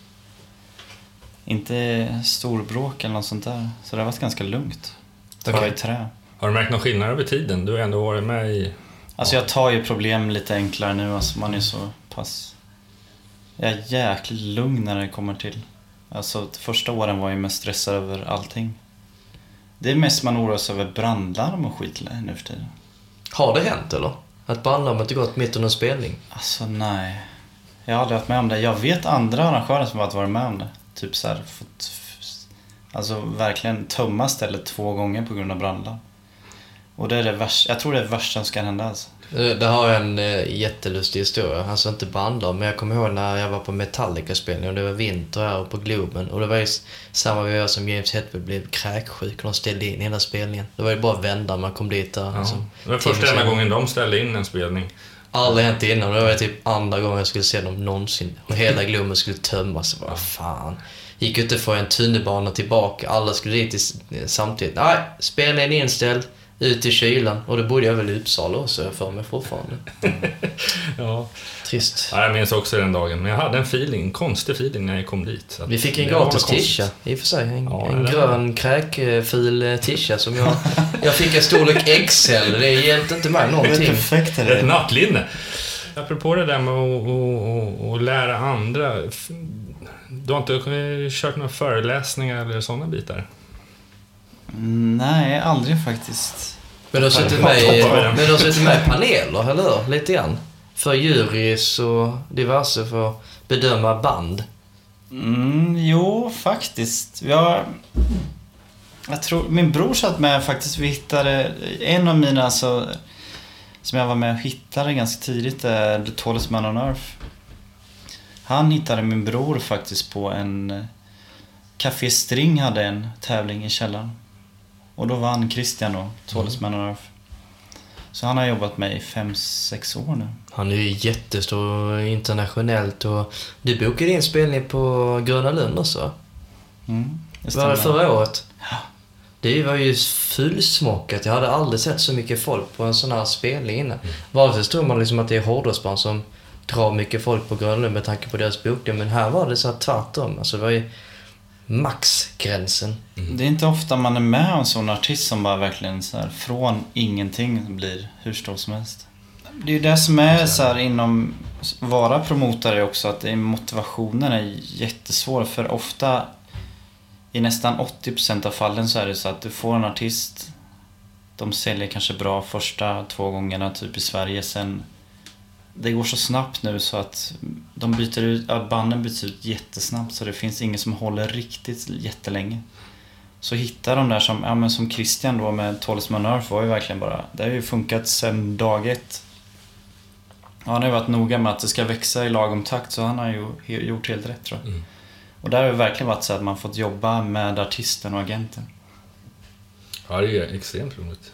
Speaker 4: inte storbråk eller något sånt där. Så det har varit ganska lugnt. Ta i trä.
Speaker 1: Har du märkt någon skillnad över tiden? Du har ändå varit med i...
Speaker 4: Alltså jag tar ju problem lite enklare nu. Alltså man är så pass... Jag är jäkligt lugn när det kommer till... Alltså första åren var jag mest stressad över allting. Det är mest man oroar sig över brandlarm och skit nu för tiden.
Speaker 2: Har det hänt eller? Att brandlarm inte gått mitt under en spelning?
Speaker 4: Alltså nej. Jag har aldrig varit med om det. Jag vet andra arrangörer som har varit med om det. Typ så här, alltså verkligen tömma stället 2 gånger på grund av brandlarm. Och det är det värsta. Jag tror det är det värsta som ska hända alltså.
Speaker 2: Det har en jättelustig historia. Alltså inte brandlarm, men jag kommer ihåg när jag var på Metallica-spelning och det var vinter här på Globen. Och det var ju samma veva som James Hetfield blev kräksjuk och de ställde in hela spelningen. Det var ju bara att vända, man kom dit där.
Speaker 1: Ja.
Speaker 2: Alltså,
Speaker 1: det var första enda gången de ställde in en spelning.
Speaker 2: Aldrig hänt innan. Det var typ andra gången jag skulle se dem någonsin. Och hela Globen skulle tömmas. Vad fan. Gick inte få en tunnelbana tillbaka. Alla skulle dit samtidigt. Nej, spelningen inställd. Ut i kylan. Och då bodde jag väl i Uppsala också för mig fortfarande.
Speaker 1: Ja.
Speaker 2: Trist.
Speaker 1: Ja, jag minns också den dagen. Men jag hade en konstig feeling när jag kom dit. Så
Speaker 2: vi fick en gratis tisha i och för sig. En grön kräkfil tisha som jag fick en storlek XL. Det hjälpte inte mig någonting.
Speaker 4: Det är perfekt.
Speaker 1: Ett nattlinne. Apropå det där med att lära andra. Du har inte kört några föreläsningar eller sådana bitar?
Speaker 4: Nej, aldrig faktiskt.
Speaker 2: Men du har suttit med i paneler, eller hur? Lite grann. För jurys och diverse för att bedöma band.
Speaker 4: Jo, faktiskt. Jag tror min bror satt med faktiskt. Vi hittade en av mina alltså, som jag var med och hittade ganska tidigt, The Tallest Man on Earth. Han hittade min bror faktiskt på en Café String hade en tävling i källaren. Och då vann Christian då, Tallest Man on Earth. Så han har jobbat med i 5-6 år nu. Han
Speaker 2: är ju jättestor internationellt. Och du bokade in spelning på Gröna Lund också. Det var det förra året?
Speaker 4: Ja.
Speaker 2: Det var ju fullsmockat. Jag hade aldrig sett så mycket folk på en sån här spelning innan. Varför tror man liksom att det är hårdrocksband som dra mycket folk på Grönlund med tanke på deras bokning. Men här var det så här tvärtom. Alltså det var ju maxgränsen.
Speaker 4: Det är inte ofta man är med om en sån artist som bara verkligen så här, från ingenting blir hur stor som helst. Det är ju det som är så här inom vara promotare också, att motivationen är jättesvår, för ofta i nästan 80% av fallen så är det så att du får en artist, de säljer kanske bra första 2 gångerna typ i Sverige, sen det går så snabbt nu så att de byter ut, banden byts ut jättesnabbt, så det finns ingen som håller riktigt jättelänge. Så hittar de där som, ja, men som Christian då med Talisman Earth var ju verkligen bara, det har ju funkat sedan dag 1. Ja, han har ju varit noga med att det ska växa i lagom takt, så han har ju gjort helt rätt, tror jag. Och där har det verkligen varit så att man fått jobba med artisten och agenten.
Speaker 1: Ja, det är extremt roligt.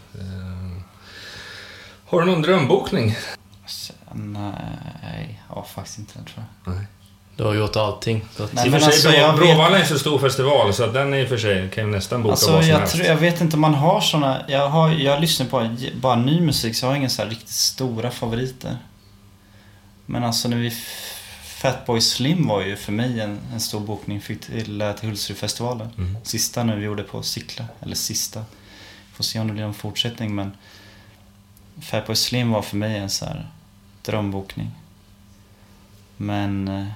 Speaker 1: Har du någon drömbokning?
Speaker 4: Nej, ja, faktiskt inte, tror jag.
Speaker 1: Nej.
Speaker 2: Du har gjort allting.
Speaker 1: Nej, i och för sig, Bråvalla är en så stor festival så att den är i och för sig kan ju nästan boka
Speaker 4: alltså,
Speaker 1: vad som helst.
Speaker 4: Jag vet inte om man har såna. Jag lyssnar på bara ny musik, så jag har inga så här riktigt stora favoriter. Men alltså när Fatboy Slim var ju för mig en stor bokning, fick till Hultsfredsfestivalen. Sista nu vi gjorde på Sickla, eller sista. Får se om det blir en fortsättning, men Fatboy Slim var för mig en så här drömbokning. Men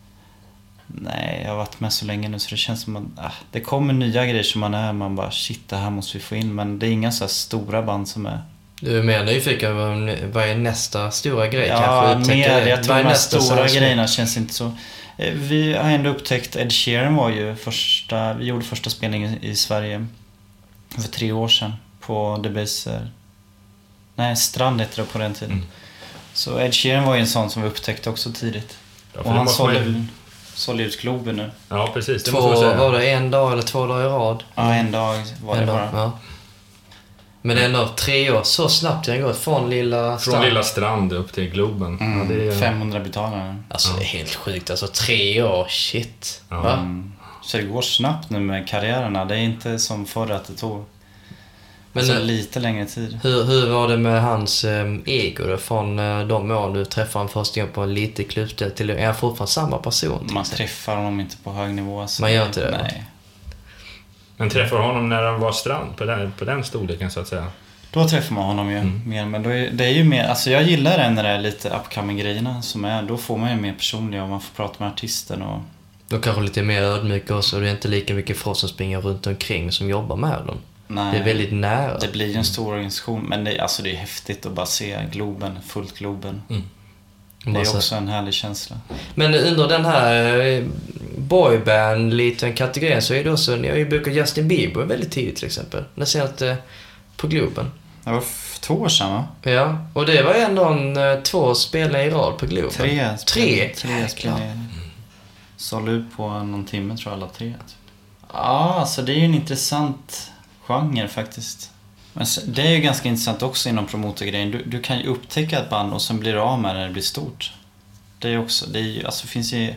Speaker 4: nej, jag har varit med så länge nu så det känns som att det kommer nya grejer som man bara shit, det här måste vi få in, men det är inga så här stora band som är.
Speaker 2: Du är mer nyfiken, vad är nästa stora grej?
Speaker 4: Ja,
Speaker 2: kanske
Speaker 4: mer. Jag tror de här stora
Speaker 2: stora
Speaker 4: grejerna känns inte så. Vi har ändå upptäckt, Ed Sheeran var ju vi gjorde första spelningen i Sverige för 3 år sedan på Debaser. Nej, Strand heter det på den tiden. Så Ed Sheeran var ju en sån som vi upptäckte också tidigt.
Speaker 1: Ja,
Speaker 4: och han sålde ut Globen nu.
Speaker 1: Ja, precis. Det
Speaker 2: var det 1 dag eller 2 dagar i rad?
Speaker 4: Ja, 1 dag var det bara.
Speaker 2: Ja. Men ändå 3 år, så snabbt det har gått från lilla
Speaker 1: strand upp till Globen. Ja, det är
Speaker 4: 500 betalare.
Speaker 2: Alltså det är helt sjukt, alltså 3 år, shit.
Speaker 1: Ja.
Speaker 4: Så det går snabbt nu med karriärerna. Det är inte som förr att det tog. Men alltså lite längre tid.
Speaker 2: Hur var det med hans ego då? Från de år du träffade honom första gången på en lite klubbställ till är han fortfarande samma person?
Speaker 4: Man träffar honom inte på hög nivå. Alltså.
Speaker 2: Man gör inte det?
Speaker 4: Nej.
Speaker 1: Men träffar honom när han var strand på den storleken så att säga?
Speaker 4: Då träffar man honom ju mer. Men det är ju mer, alltså jag gillar det när det är lite upcoming grejerna som är. Då får man ju mer personliga och man får prata med artisten och...
Speaker 2: Då kanske lite mer ödmjuk också. Det är inte lika mycket för oss som springer runt omkring som jobbar med dem.
Speaker 4: Nej,
Speaker 2: det är väldigt nära.
Speaker 4: Det blir ju en stor organisation, men det är häftigt att bara se Globen, fullt Globen. Det är också en härlig känsla.
Speaker 2: Men under den här boyband liten kategorin så är det också, ni har ju bokat Justin Bieber väldigt tidigt till exempel. När senast på Globen.
Speaker 4: Det var 2 år sedan, va?
Speaker 2: Ja, och det var ändå 2 spelningar i rad på Globen.
Speaker 4: 3
Speaker 2: spelningar.
Speaker 4: Sålde ut på någon timme tror jag alla 3. Ja, alltså det är ju en intressant genre faktiskt. Men det är ju ganska intressant också inom promotorgrejen. Du kan ju upptäcka ett band och sen blir det av med när det blir stort. Det är ju, alltså finns ju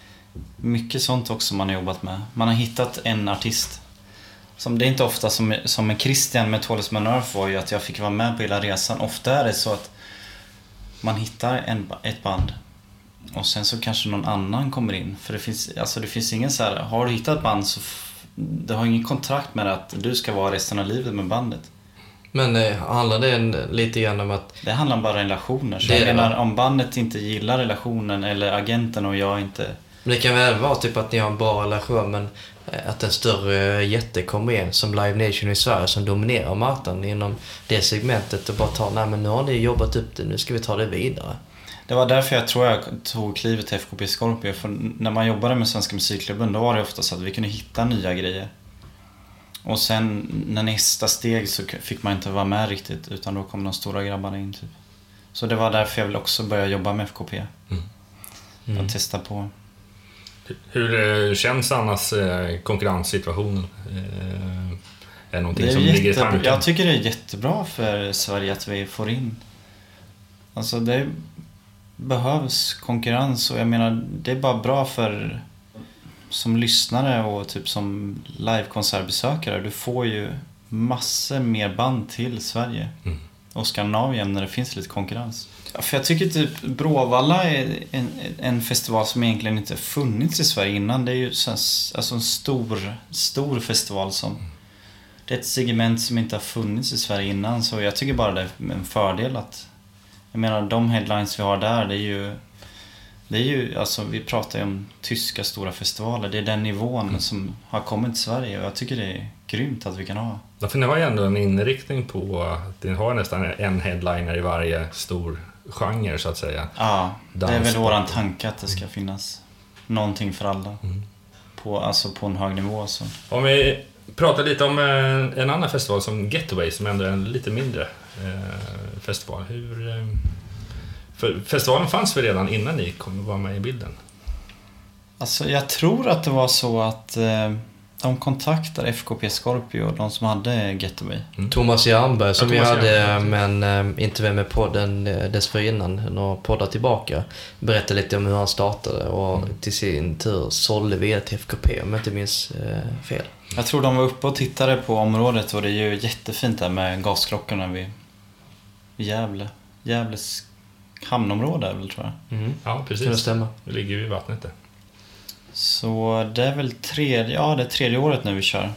Speaker 4: mycket sånt också man har jobbat med. Man har hittat en artist. Som det är inte ofta som med Christian med Talisman Earth var ju att jag fick vara med på hela resan. Ofta är det så att man hittar ett band och sen så kanske någon annan kommer in. För det finns ingen så här, har du hittat ett band så du har ingen kontrakt med att du ska vara resten av livet med bandet.
Speaker 2: Men handlar det lite grann om att...
Speaker 4: Det handlar bara om relationer. Så jag menar, om bandet inte gillar relationen eller agenten och jag inte...
Speaker 2: Men det kan väl vara typ att ni har en bra relation, men att en större jätte kommer in som Live Nation i Sverige som dominerar marknaden inom det segmentet och bara tar, nej men nu har ni jobbat upp det, nu ska vi ta det vidare.
Speaker 4: Det var därför jag tror jag tog klivet till FKP Scorpio. För när man jobbade med Svenska musikklubben då var det ofta så att vi kunde hitta nya grejer. Och sen när nästa steg så fick man inte vara med riktigt, utan då kom de stora grabbarna in typ. Så det var därför jag vill också börja jobba med FKP. Och testa på.
Speaker 1: Hur känns annars konkurrenssituationen? Är det någonting
Speaker 4: det är
Speaker 1: som ligger i tanken?
Speaker 4: Jag tycker det är jättebra för Sverige att vi får in. Alltså det behövs konkurrens och jag menar det är bara bra för som lyssnare och typ som livekonsertbesökare. Du får ju massor mer band till Sverige. och Skandinavien när det finns lite konkurrens. Ja, för jag tycker typ Bråvalla är en festival som egentligen inte funnits i Sverige innan. Det är ju alltså en stor festival som... Det är ett segment som inte har funnits i Sverige innan, så jag tycker bara det är en fördel att... Jag menar, de headlines vi har där, det är ju alltså, vi pratar ju om tyska stora festivaler. Det är den nivån som har kommit till Sverige, och jag tycker det är grymt att vi kan ha.
Speaker 1: Ja, för ni har ju ändå en inriktning på att ni har nästan en headliner i varje stor genre, så att säga.
Speaker 4: Ja, det är väl våran tanke att det ska finnas någonting för alla. Alltså på en hög nivå. Så.
Speaker 1: Om vi pratar lite om en annan festival som Getaway, som ändå är en lite mindre festival. För festivalen fanns väl redan innan ni kom vara med i bilden?
Speaker 4: Alltså jag tror att det var så att de kontaktade FKP Scorpio, de som hade Getaway.
Speaker 2: Thomas Jernberg som vi
Speaker 1: Thomas
Speaker 2: hade,
Speaker 1: Jernberg.
Speaker 2: men inte med podden dessförinnan, några poddar tillbaka, berättade lite om hur han startade och till sin tur sålde vidare till FKP, om jag inte minns fel.
Speaker 4: Jag tror de var uppe och tittade på området, och det är ju jättefint där med gasklockorna vid Gävles hamnområde väl, tror jag.
Speaker 1: Ja, precis.
Speaker 2: Kan det stämma?
Speaker 1: Det ligger ju i vattnet där.
Speaker 4: Så det är väl tredje året nu vi kör.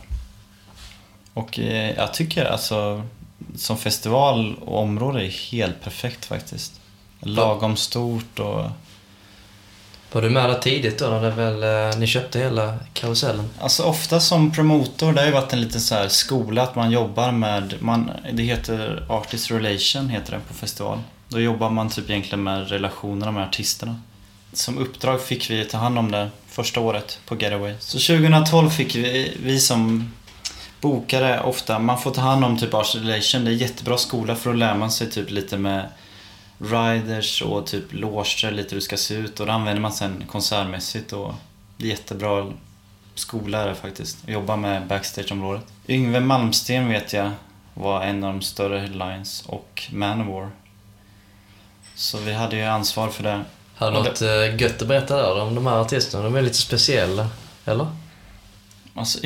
Speaker 4: Och jag tycker alltså som festival och område är helt perfekt faktiskt. Lagom stort och...
Speaker 2: Var du med där tidigt då, när det väl, ni köpte hela karusellen?
Speaker 4: Alltså ofta som promotor, det har ju varit en liten så här skola att man jobbar med, det heter Artist Relation heter det på festival. Då jobbar man typ egentligen med relationerna med artisterna. Som uppdrag fick vi ta hand om det första året på Getaway. Så 2012 fick vi som bokare ofta, man får ta hand om typ Artist Relation. Det är en jättebra skola, för att lära man sig typ lite med riders och typ loger, lite hur det ska se ut, och då använder man sen konsertmässigt, och det är jättebra skola är det faktiskt, att jobba med backstageområdet. Yngve Malmsten vet jag var en av de större headlines, och Manowar. Så vi hade ju ansvar för det.
Speaker 2: Har du något gött att berätta där om de här artisterna? De är lite speciella, eller?
Speaker 4: Alltså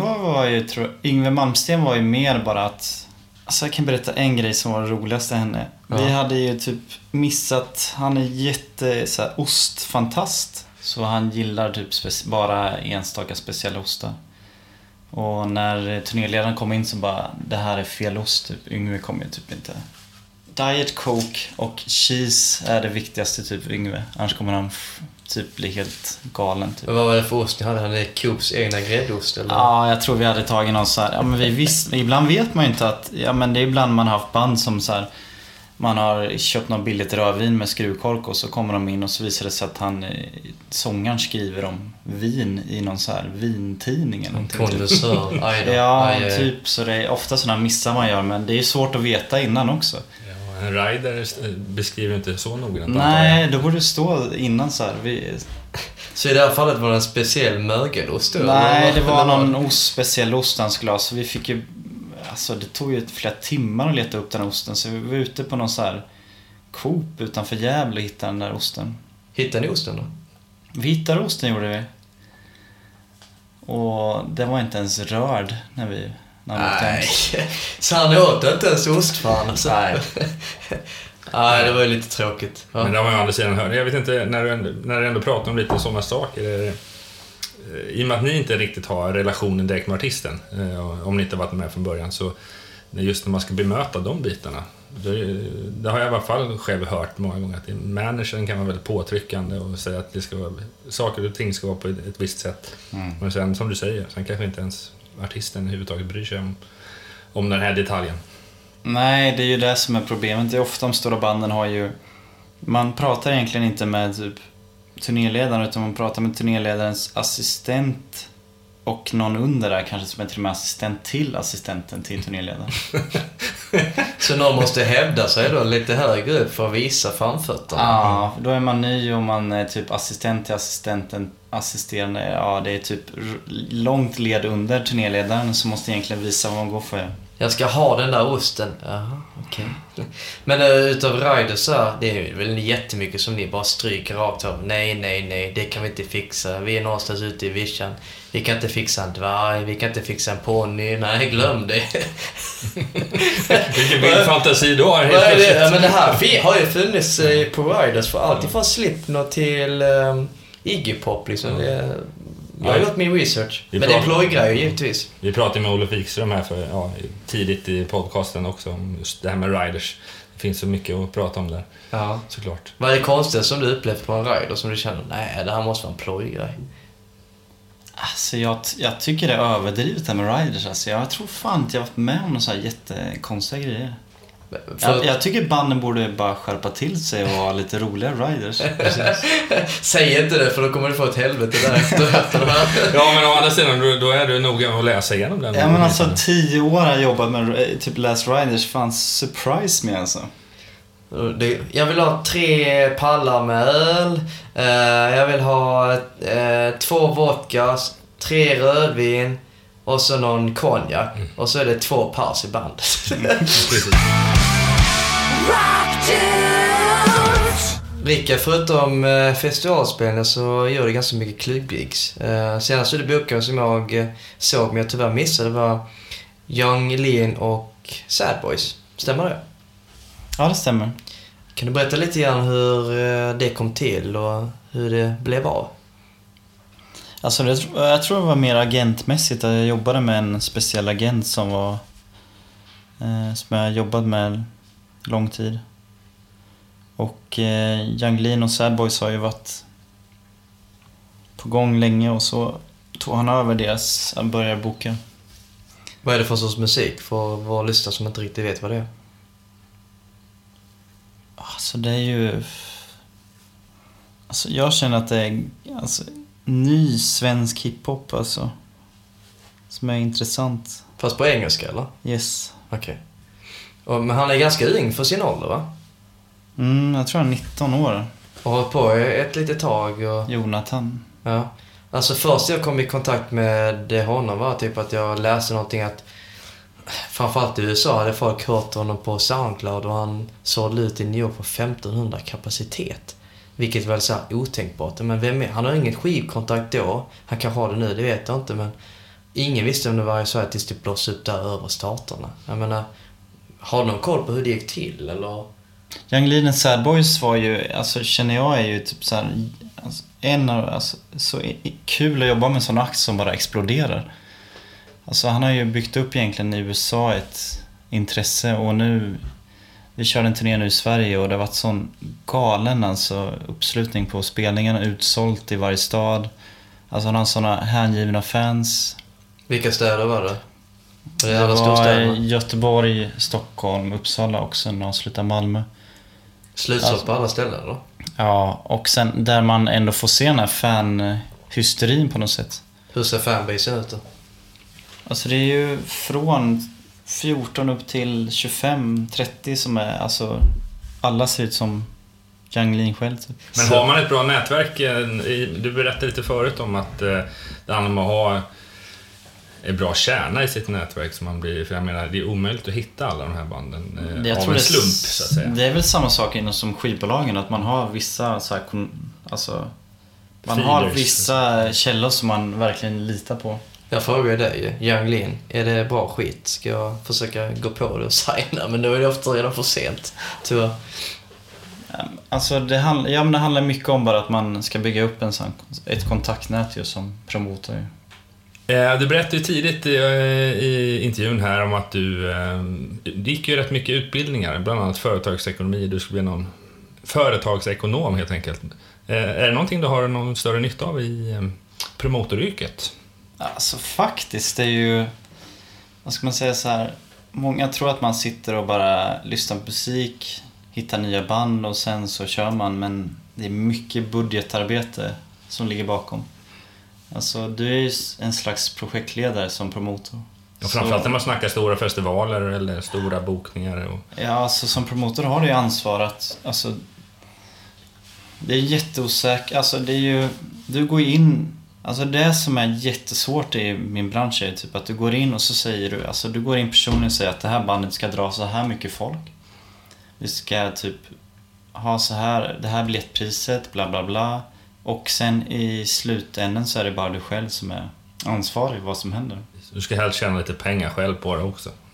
Speaker 4: Yngve Malmsten var ju mer bara att... Alltså jag kan berätta en grej som var det roligaste henne. Ja. Vi hade ju typ missat... Han är så här, ostfantast. Så han gillar typ bara enstaka speciella ostar. Och när turnéledaren kom in så bara... Det här är fel ost typ. Yngve kommer ju typ inte... Diet Coke och cheese är det viktigaste typ Yngve. Annars kommer han typ bli helt galen typ.
Speaker 2: Men vad var det för ost ni hade? Hade ni Coops egna gräddost eller?
Speaker 4: Ja, jag tror vi hade tagit någon så här. Ja, men ibland vet man ju inte att... Ja, men det är ibland man har haft band som så här... Man har köpt något billigt rödvin med skruvkork, och så kommer de in och så visar det sig att sångaren skriver om vin i någon så här vintidning eller någonting.
Speaker 2: Kondensör,
Speaker 4: ja, typ. Så det är ofta sådana missar man gör, men det är svårt att veta innan också.
Speaker 1: Ja, en rider beskriver inte så noggrant.
Speaker 4: Nej, då borde det stå innan så här.
Speaker 2: Så i det här fallet var det en speciell mögelost?
Speaker 4: Nej, det var någon speciell ost han skulle ha, så vi fick ju... Alltså det tog ju flera timmar att leta upp den osten, så vi var ute på någon så här Coop utanför Gävle och hittade den där osten.
Speaker 2: Hittade ni osten då?
Speaker 4: Vi hittade osten, gjorde vi. Och det var inte ens rörd när vi åkte hem.
Speaker 2: Så han åt inte ens ost fan alltså. Nej. Nej, det var ju lite tråkigt.
Speaker 1: Ja. Men det har man ju aldrig sedan hört. Jag vet inte, när du ändå pratar om lite sådana saker, i och med att ni inte riktigt har relationen direkt med artisten, om ni inte varit med från början, så just när man ska bemöta de bitarna, det har jag i alla fall själv hört många gånger, att managern kan vara väldigt påtryckande och säga att det ska vara, saker och ting ska vara på ett visst sätt. Men sen, som du säger, sen kanske inte ens artisten överhuvudtaget bryr sig om den här detaljen.
Speaker 4: Nej, det är ju det som är problemet. Det är ofta de stora banden har ju... Man pratar egentligen inte med typ turnéledaren, utan man pratar med turnéledarens assistent och någon under där, kanske som är till och med assistent till assistenten till turnéledaren.
Speaker 2: Så någon måste hävda sig då lite högre upp för att visa framfötterna.
Speaker 4: Ja, då är man ny och man är typ assistent till assistenten, assisterande. Ja, det är typ långt led under turnéledaren som måste egentligen visa vad man går för.
Speaker 2: Jag ska ha den där osten. Jaha, okej. Men utav riders så här, det är väl jättemycket som ni bara stryker rakt av. Nej, det kan vi inte fixa. Vi är någonstans ute i vischan. Vi kan inte fixa en dvärg, vi kan inte fixa en ponny. Nej, glöm det.
Speaker 1: Vilken bildfantasi du har.
Speaker 2: Men det här har ju funnits på Riders för allt ifrån Slipknot till Iggy Pop liksom. Jag har gjort min research. Men det är plojgrejer givetvis.
Speaker 1: Vi pratade med Olof Wikström här tidigt i podcasten också om just det här med Riders. Det finns så mycket att prata om där.
Speaker 2: Ja.
Speaker 1: Såklart.
Speaker 2: Vad är det konstigaste som du upplevt på en rider som du känner, nej, det här måste vara en plojgrej?
Speaker 4: Alltså jag tycker det är överdrivet här med riders. Alltså jag tror fan inte jag har varit med om några så här jättekonstiga grejer. Jag tycker banden borde bara skärpa till sig och ha lite roliga riders.
Speaker 2: Säg inte det, för då kommer du få ett helvete därefter.
Speaker 1: Ja, men å andra sidan då är du noga att läsa igenom den.
Speaker 4: Ja, men alltså 10 år har jag jobbat med typ läst riders. Fan, surprise me alltså.
Speaker 2: Jag vill ha 3 pallar med öl. Jag vill ha 2 vodka, 3 rödvin och så någon konjak. Och så är det 2 pars i bandet. Rickard, förutom festivalspelningar så gör det ganska mycket klubbgigs. Senast du bokade som jag såg, men jag tyvärr missade, var Yung Lean och Sad Boys. Stämmer det?
Speaker 4: Ja, det stämmer.
Speaker 2: Kan du berätta lite grann hur det kom till och hur det blev av?
Speaker 4: Alltså jag tror det var mer agentmässigt. Jag jobbade med en speciell agent som jag jobbat med lång tid. Och Yung Lean och Sad Boys har ju varit på gång länge, och så tog han över deras börjarboken.
Speaker 2: Vad är det för sorts musik för våra lyssnare som inte riktigt vet vad det är?
Speaker 4: Alltså det är ju... Alltså jag känner att det är ny svensk hiphop alltså. Som är intressant.
Speaker 2: Fast på engelska eller?
Speaker 4: Yes.
Speaker 2: Okej. Men han är ganska ung för sin ålder, va?
Speaker 4: Jag tror han är 19 år.
Speaker 2: Och har hållit på ett litet tag och...
Speaker 4: Jonathan.
Speaker 2: Ja. Alltså först jag kom i kontakt med honom var typ att jag läste någonting att framförallt i USA hade folk hört honom på SoundCloud och han sålde ut i New York på 1500 kapacitet. Vilket väl så här otänkbart. Men vem är? Han har ingen skivkontakt då. Han kan ha det nu, det vet jag inte. Men ingen visste om det var i Sverige tills det blossade upp där över staterna. Jag menar, har någon koll på hur det gick till eller?
Speaker 4: Yung Lean och Sad Boys var ju, alltså känner jag är ju typ så här, så kul att jobba med sån akt som bara exploderar. Alltså han har ju byggt upp egentligen i USA ett intresse, och nu vi körde en turné nu i Sverige och det har varit sån galen uppslutning på spelningarna, utsålt i varje stad. Alltså han har såna hängivna fans.
Speaker 2: Vilka städer var det?
Speaker 4: Det var Göteborg, Stockholm, Uppsala och sen avsluta Malmö.
Speaker 2: Slutsålt på alla ställen då?
Speaker 4: Ja, och sen där man ändå får se den här fan-hysterin på något sätt.
Speaker 2: Hur ser fanbasen ut då?
Speaker 4: Alltså det är ju från 14 upp till 25-30 som är, alltså alla ser ut som Yung Lean själv typ.
Speaker 1: Men har man ett bra nätverk, du berättade lite förut om att det handlar om att ha en bra kärna i sitt nätverk som man blir, för jag menar det är omöjligt att hitta alla de här banden av en slump så att säga.
Speaker 4: Det är väl samma sak inom som skivbolagen, att man har vissa så här, alltså man har vissa källor som man verkligen litar på.
Speaker 2: Jag frågar dig, Yung Lean, är det bra skit? Ska jag försöka gå på det och signa? Men då är det ofta redan för sent, tyvärr.
Speaker 4: Alltså det handlar mycket om bara att man ska bygga upp ett kontaktnät just som promotor.
Speaker 1: Du berättade ju tidigt i intervjun här om att du gick ju rätt mycket utbildningar, bland annat företagsekonomi. Du skulle bli någon företagsekonom helt enkelt. Är det någonting du har någon större nytta av i promotoryrket?
Speaker 4: Alltså faktiskt, det är ju, vad ska man säga så här, många tror att man sitter och bara lyssnar på musik, hittar nya band och sen så kör man, men det är mycket budgetarbete som ligger bakom. Alltså du är ju en slags projektledare som promotor.
Speaker 1: Och framförallt när man snackar stora festivaler eller stora bokningar.
Speaker 4: Ja, alltså som promotor har du ju ansvar att, alltså det är jätteosäkert, alltså det är ju, du går in, alltså det som är jättesvårt i min bransch är typ att du går in och så säger du, alltså du går in personligen och säger att det här bandet ska dra så här mycket folk. Vi ska typ ha så här, det här biljettpriset, bla bla bla. Och sen i slutändan så är det bara du själv som är ansvarig för vad som händer.
Speaker 1: Du ska helst tjäna lite pengar själv på det också.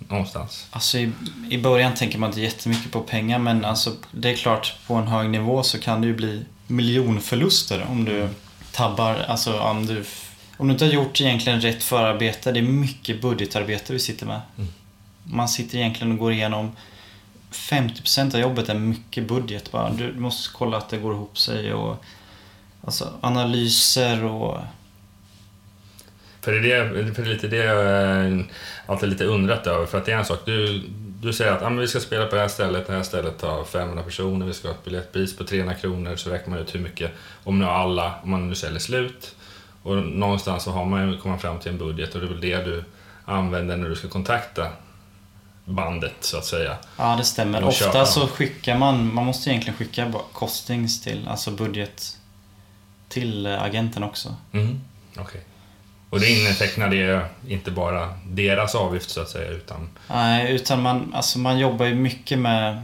Speaker 1: någonstans?
Speaker 4: Alltså i början tänker man inte jättemycket på pengar, men alltså det är klart, på en hög nivå så kan det ju bli miljonförluster om du tabbar, alltså om du inte har gjort egentligen rätt förarbete. Det är mycket budgetarbete vi sitter med. Man sitter egentligen och går igenom 50% av jobbet är mycket budget bara. Du måste kolla att det går ihop sig och alltså analyser och...
Speaker 1: För det är lite det jag alltid lite undrat över. För att det är en sak, du säger att vi ska spela på det här stället tar 500 personer, vi ska ha ett biljettpris på 300 kronor, så räknar man ut hur mycket, om man nu säljer slut. Och någonstans så har man ju kommit fram till en budget, och det är väl det du använder när du ska kontakta bandet så att säga.
Speaker 4: Ja, det stämmer. Ofta så skickar man måste egentligen skicka costings till, alltså budget till agenten också.
Speaker 1: Okej. Och det innetecknar det inte bara deras avgift så att säga, utan... Nej,
Speaker 4: utan man jobbar ju mycket med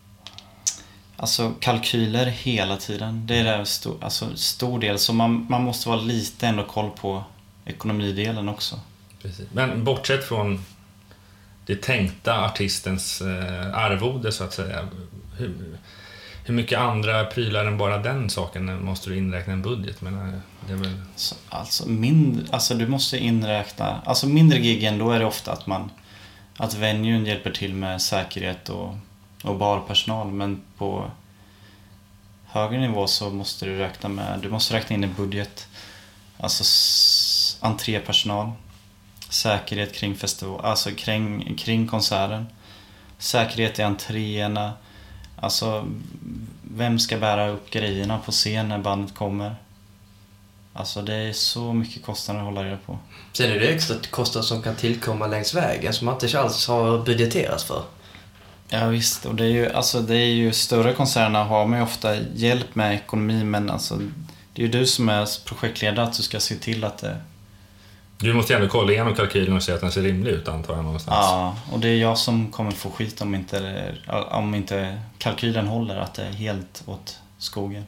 Speaker 4: kalkyler hela tiden. Det är det stor del, så man måste vara lite ändå koll på ekonomidelen också.
Speaker 1: Precis. Men bortsett från det tänkta artistens arvode så att säga, hur mycket andra prylar än bara den saken måste du inräkna en budget? Men det är väl...
Speaker 4: du måste inräkna, mindre giggen, då är det ofta att venuen hjälper till med säkerhet och barpersonal, men på högre nivå så måste du räkna in en budget, alltså entrépersonal, säkerhet kring festival, alltså kring konserten, säkerhet i entréerna, alltså vem ska bära upp grejerna på scen när bandet kommer. Alltså det är så mycket kostnader att hålla reda på.
Speaker 2: Sen är det extra kostnader som kan tillkomma längs vägen som man inte alls har budgeterat för.
Speaker 4: Ja visst, och det är ju större koncernerna har man ju ofta hjälp med ekonomi, men det är ju du som är projektledare, att du ska se till att det...
Speaker 1: Du måste ändå kolla igenom kalkylen och se att den ser rimlig ut, antar jag, någonstans.
Speaker 4: Ja, och det är jag som kommer få skit om inte kalkylen håller, att det är helt åt skogen.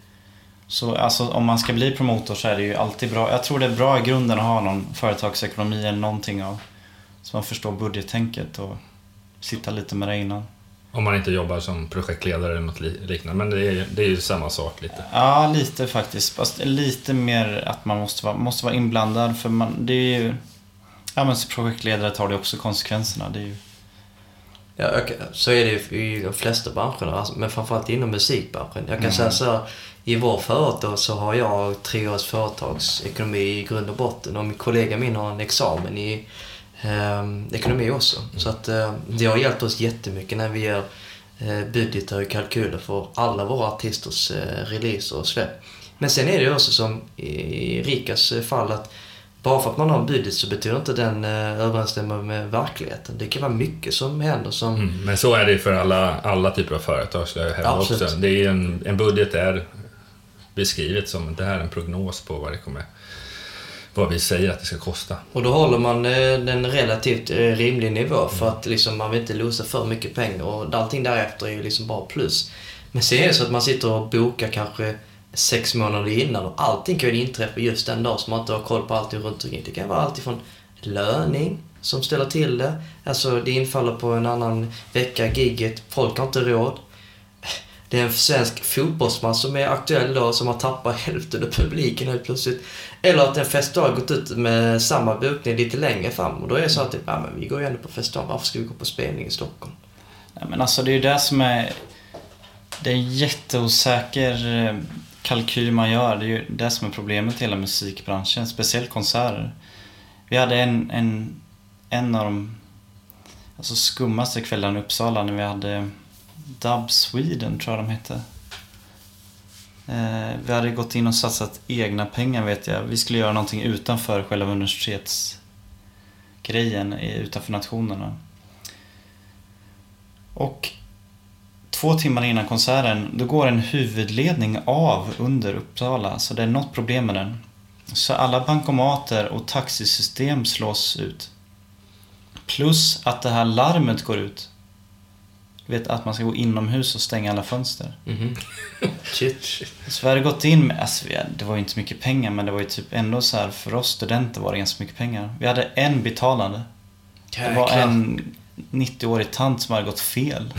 Speaker 4: Så om man ska bli promotor så är det ju alltid bra. Jag tror det är bra i grunden att ha någon företagsekonomi eller någonting så man förstår budgettänket och sitta lite med det innan.
Speaker 1: Om man inte jobbar som projektledare eller något liknande, men det är ju samma sak lite.
Speaker 4: Ja, lite faktiskt. Fast lite mer att man måste vara inblandad, för det är ju... Ja, men som projektledare tar det också konsekvenserna. Det är ju...
Speaker 2: Ja, så är det ju i de flesta branscherna, men framförallt inom musikbranschen. Jag kan säga så här, i vår företag så har jag 3 års företagsekonomi i grund och botten, och min kollega min har en examen i ekonomi också. Så att det har hjälpt oss jättemycket när vi gör budgetar och kalkyler för alla våra artisters releaser och släpp. Men sen är det ju också som i Rikas fall, att bara för att man har en budget så betyder inte den överensstämmer med verkligheten. Det kan vara mycket som händer som...
Speaker 1: Men så är det för alla typer av företag, ska jag hävda också. Det är en budget är beskrivet som det här är en prognos på vad vi säger att det ska kosta.
Speaker 2: Och då håller man den relativt rimlig nivå för att liksom, man vill inte losa för mycket pengar, och allting därefter är ju liksom bara plus. Men sen är det så att man sitter och bokar kanske 6 månader innan, och allting kan ju inträffa just den dag som man inte har koll på allting runt omkring. Det kan vara allt ifrån löning som ställer till det, alltså det infaller på en annan vecka, gigget, folk har inte råd. Det är en svensk fotbollsmatch som är aktuell då, som har tappat hälften av publiken helt plötsligt. Eller att en festival gått ut med samma bokning lite längre fram. Och då är det så att men vi går ju ändå på festival, varför ska vi gå på spelning i Stockholm?
Speaker 4: Ja, men alltså det är ju det som är... Det är en jätteosäker kalkyl man gör. Det är ju det som är problemet i hela musikbranschen, speciellt konserter. Vi hade en av de skummaste kvällarna i Uppsala när vi hade... Dub Sweden tror jag de hette. Vi hade gått in och satsat egna pengar, vet jag. Vi skulle göra någonting utanför själva universitetsgrejen, utanför nationerna. Och 2 timmar innan konserten, då går en huvudledning av under Uppsala. Så det är något problem med den. Så alla bankomater och taxisystem slås ut. Plus att det här larmet går ut. Vet att man ska gå inomhus och stänga alla fönster.
Speaker 2: Shit.
Speaker 4: Så vi hade gått in med det var ju inte så mycket pengar, men det var ju typ ändå så här, för oss studenter var det ganska mycket pengar. Vi hade en betalande. Det var en 90-årig tant som hade gått fel.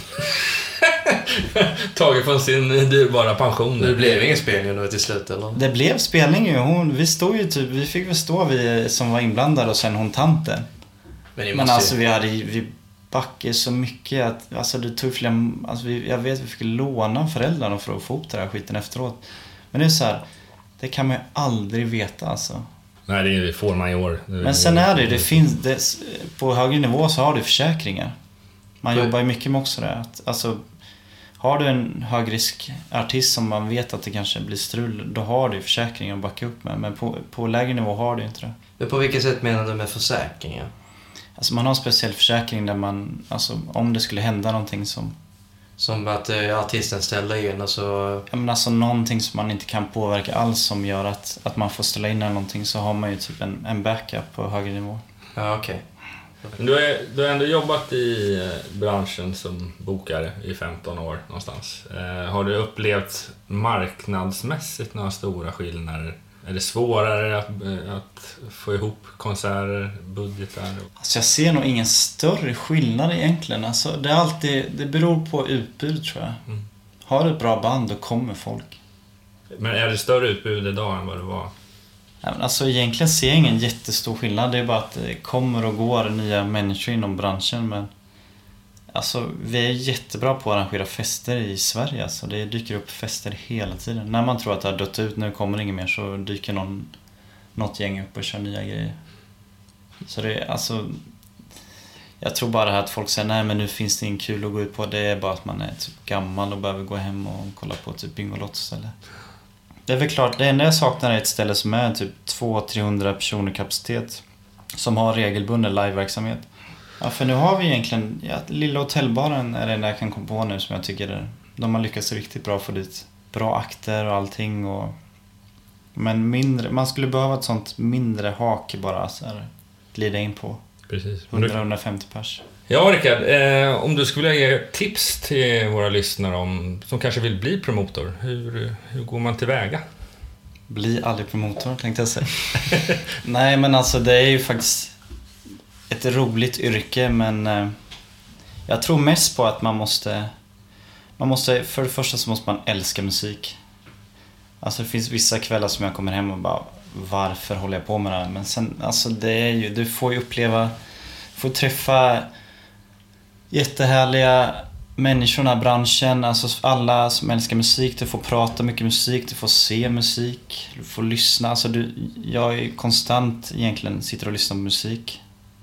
Speaker 1: Tagit från sin dyrbara pension.
Speaker 2: Det blev ingen spelning då till slut, eller?
Speaker 4: Det blev spelning ju. Vi fick väl stå, vi som var inblandade, och sen hon tanten. Men alltså vi backade så mycket att alltså det tog jag vet vi fick låna föräldrarna för att få upp den här skiten efteråt. Men det är så här, det kan man ju aldrig veta alltså.
Speaker 1: Nej, det får man i år.
Speaker 4: Men sen är det finns på högre nivå så har du försäkringar. Man jobbar ju mycket med också det. Att, alltså, har du en högriskartist som man vet att det kanske blir strul, då har du försäkringar att backa upp med. Men på lägre nivå har du inte det.
Speaker 2: Men på vilket sätt menar du med försäkringar?
Speaker 4: Alltså man har en speciell försäkring där man, alltså om det skulle hända någonting
Speaker 2: som att artisten ställer in och så...
Speaker 4: Ja, men alltså någonting som man inte kan påverka alls som gör att man får ställa in eller någonting, så har man ju typ en backup på högre nivå.
Speaker 2: Ja, okej.
Speaker 1: Du har ändå jobbat i branschen som bokare i 15 år någonstans. Har du upplevt marknadsmässigt några stora skillnader? Är det svårare att få ihop konserter, budgetar?
Speaker 4: Alltså jag ser nog ingen större skillnad egentligen. Alltså det beror på utbud, tror jag. Mm. Har du ett bra band, då kommer folk.
Speaker 1: Men är det större utbud idag än vad det var?
Speaker 4: Alltså egentligen ser jag ingen jättestor skillnad. Det är bara att det kommer och går nya människor inom branschen. Men alltså vi är jättebra på att arrangera fester i Sverige. Alltså, det dyker upp fester hela tiden. När man tror att det har dött ut, nu kommer det inget mer, så dyker något gäng upp och kör nya grejer. Så det är alltså... Jag tror bara att folk säger nej, men nu finns det inget kul att gå ut på. Det är bara att man är typ gammal och behöver gå hem och kolla på typ Bingolotto eller... Det är väl klart, det enda jag saknar är ett ställe som är typ 200-300 personer kapacitet, som har regelbunden liveverksamhet. Ja, för nu har vi egentligen, Lilla Hotellbaren är det enda jag kan komma på nu som jag tycker de har lyckats riktigt bra för dit. Bra akter och allting. Men mindre, man skulle behöva ett sånt mindre hak bara så här, glida in på.
Speaker 1: Precis.
Speaker 4: 100-150 pers.
Speaker 1: Ja, Rickard, om du skulle ge tips till våra lyssnare som kanske vill bli promotor, hur går man tillväga?
Speaker 4: Bli aldrig promotor, tänkte jag säga. Nej, men alltså det är ju faktiskt ett roligt yrke, men jag tror mest på att man måste, för det första så måste man älska musik. Alltså det finns vissa kvällar som jag kommer hem och bara, varför håller jag på med det här? Men sen, alltså det är ju, du får ju uppleva, får träffa jättehärliga människorna i branschen, alltså alla som älskar musik. Du får prata mycket musik, du får se musik, du får lyssna. Alltså jag är konstant egentligen sitter och lyssnar på musik.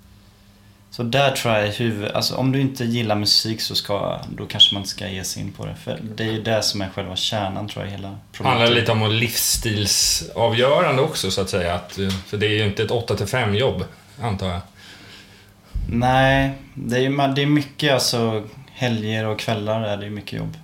Speaker 4: Så där tror jag alltså om du inte gillar musik då kanske man inte ska ge sig in på det. För det är ju det som är själva kärnan, tror jag, hela problemet.
Speaker 1: Handlar lite om livsstilsavgörande också, så att säga. För det är ju inte ett 8-5 jobb, antar jag.
Speaker 4: Nej, det är mycket, alltså helger och kvällar är det mycket jobb.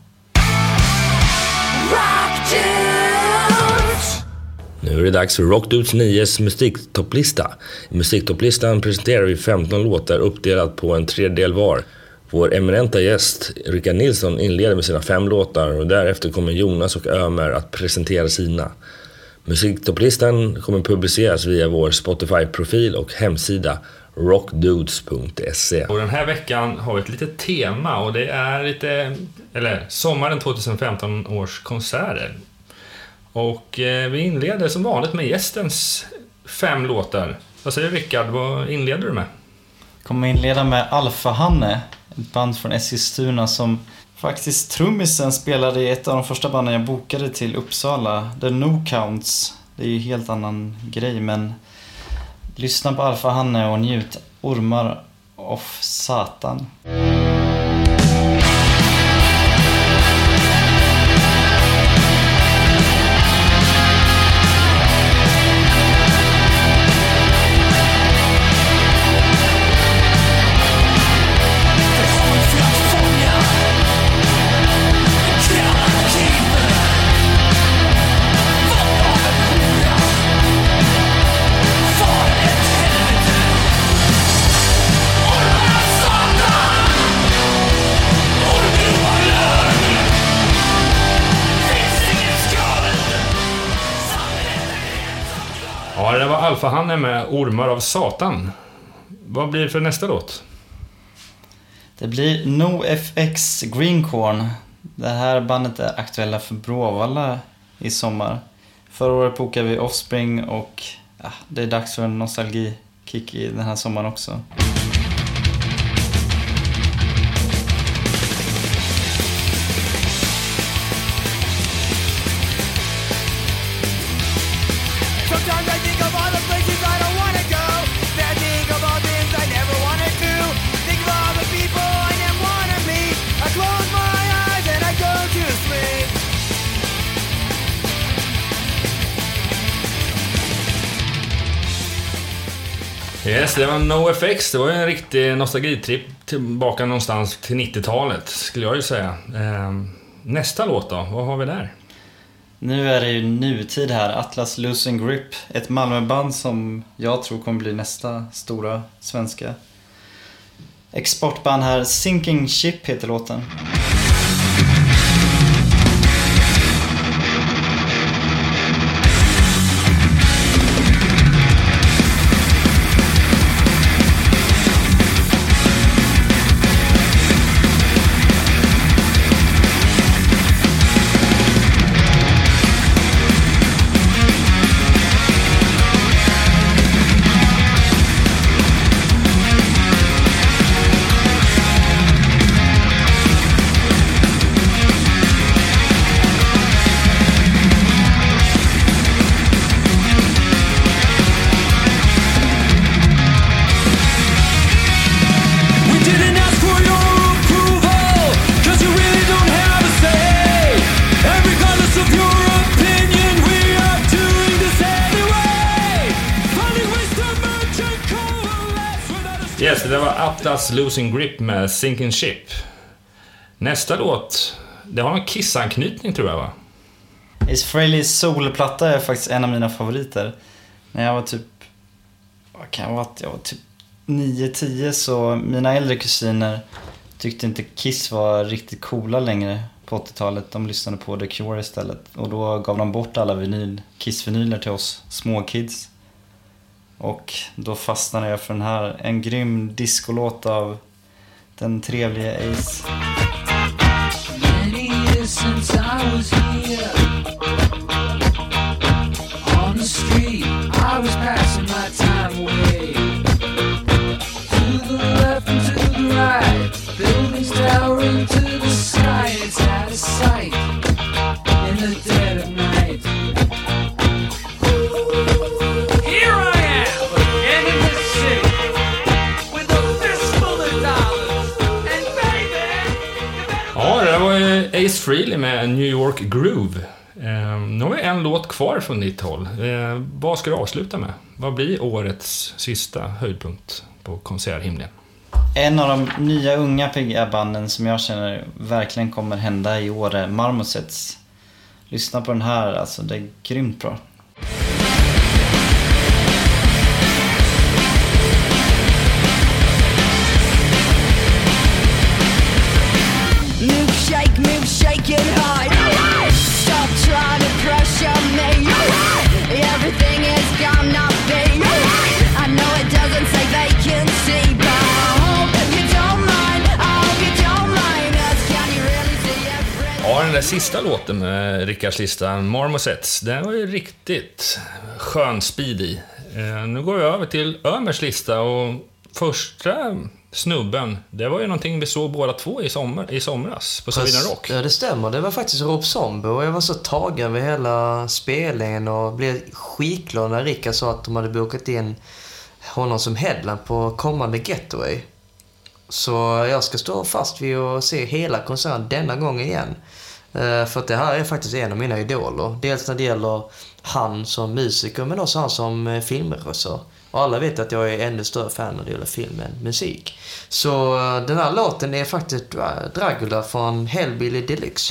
Speaker 3: Nu är det dags för Rock Dudes 9s musiktopplista. I musiktopplistan presenterar vi 15 låtar uppdelat på en tredjedel var. Vår eminenta gäst Rickard Nilsson inleder med sina 5 låtar och därefter kommer Jonas och Ömer att presentera sina. Musiktopplistan kommer publiceras via vår Spotify-profil och hemsida rockdudes.se.
Speaker 1: Och den här veckan har vi ett litet tema, och det är sommaren 2015 års konserter. Och vi inleder som vanligt med gästens 5 låtar. Vad säger Rickard, vad inleder du med?
Speaker 4: Jag kommer inleda med Alfa Hanne, ett band från Eskilstuna som faktiskt trummisen spelade i ett av de första banden jag bokade till Uppsala, The No Counts. Det är ju helt annan grej, men lyssna på Alfa Hanne och njut. Ormar av Satan.
Speaker 1: Ja, det var Alfa Hanne med Ormar av Satan. Vad blir det för nästa låt?
Speaker 4: Det blir NoFX Greencorn. Det här bandet är aktuella för Bråvalla i sommar. Förra året bokade vi Offspring och det är dags för en nostalgikick i den här sommaren också.
Speaker 1: Yes, det var NoFX. Det var en riktig nostalgitripp tillbaka någonstans till 90-talet, skulle jag ju säga. Nästa låt då, vad har vi där?
Speaker 4: Nu är det ju nutid här, Atlas Losing Grip. Ett Malmöband som jag tror kommer bli nästa stora svenska exportband här. Sinking Ship heter låten.
Speaker 1: Yes, det var Atlas Losing Grip med Sinking Ship. Nästa låt, det har någon Kiss-anknytning tror jag, va?
Speaker 4: Ace Frehleys solplatta är faktiskt en av mina favoriter. När jag var typ 9-10 så mina äldre kusiner tyckte inte Kiss var riktigt coola längre på 80-talet. De lyssnade på The Cure istället. Och då gav de bort alla Kiss-vinyler till oss små kids. Och då fastnade jag för den här. En grym discolåt av den trevliga Ace.
Speaker 5: Many years since I was here on the street, I was passing my time away. To the left and to the right, buildings towering to the sky. It's out of sight in the dead of night. Here I am again in the city with a fistful of dollars and baby.
Speaker 1: Ja, det var ju Ace Frehley med New York Groove. Nu har vi en låt kvar från ditt håll. Vad ska du avsluta med? Vad blir årets sista höjdpunkt på konserthimlen?
Speaker 4: En av de nya unga pigga banden som jag känner verkligen kommer hända i år är Marmosets. Lyssna på den här, alltså det är grymt bra.
Speaker 6: Move, shake it hard. Stop trying to pressure me. Everything is gonna be. I know it doesn't say vacancy, but I hope you don't mind. I hope you don't mind us. Can you really see everything?
Speaker 1: Ja, den där sista låten med Rickards lista, Marmosets, den var ju riktigt skön speed i. Nu går vi över till Ömers lista och första snubben, det var ju någonting vi såg båda två i somras på Sweden Rock.
Speaker 2: Ja, det stämmer. Det var faktiskt Rob Zombie och jag var så tagen med hela spelningen och blev skitglad när Rickard sa att de hade bokat in honom som headline på kommande Getaway. Så jag ska stå fast vid och se hela konserten denna gång igen. För att det här är faktiskt en av mina idoler. Dels när det gäller han som musiker men också han som filmregissör. Och alla vet att jag är ännu större fan när det gäller film än musik. Så den här låten är faktiskt Dragula från Hellbilly Deluxe.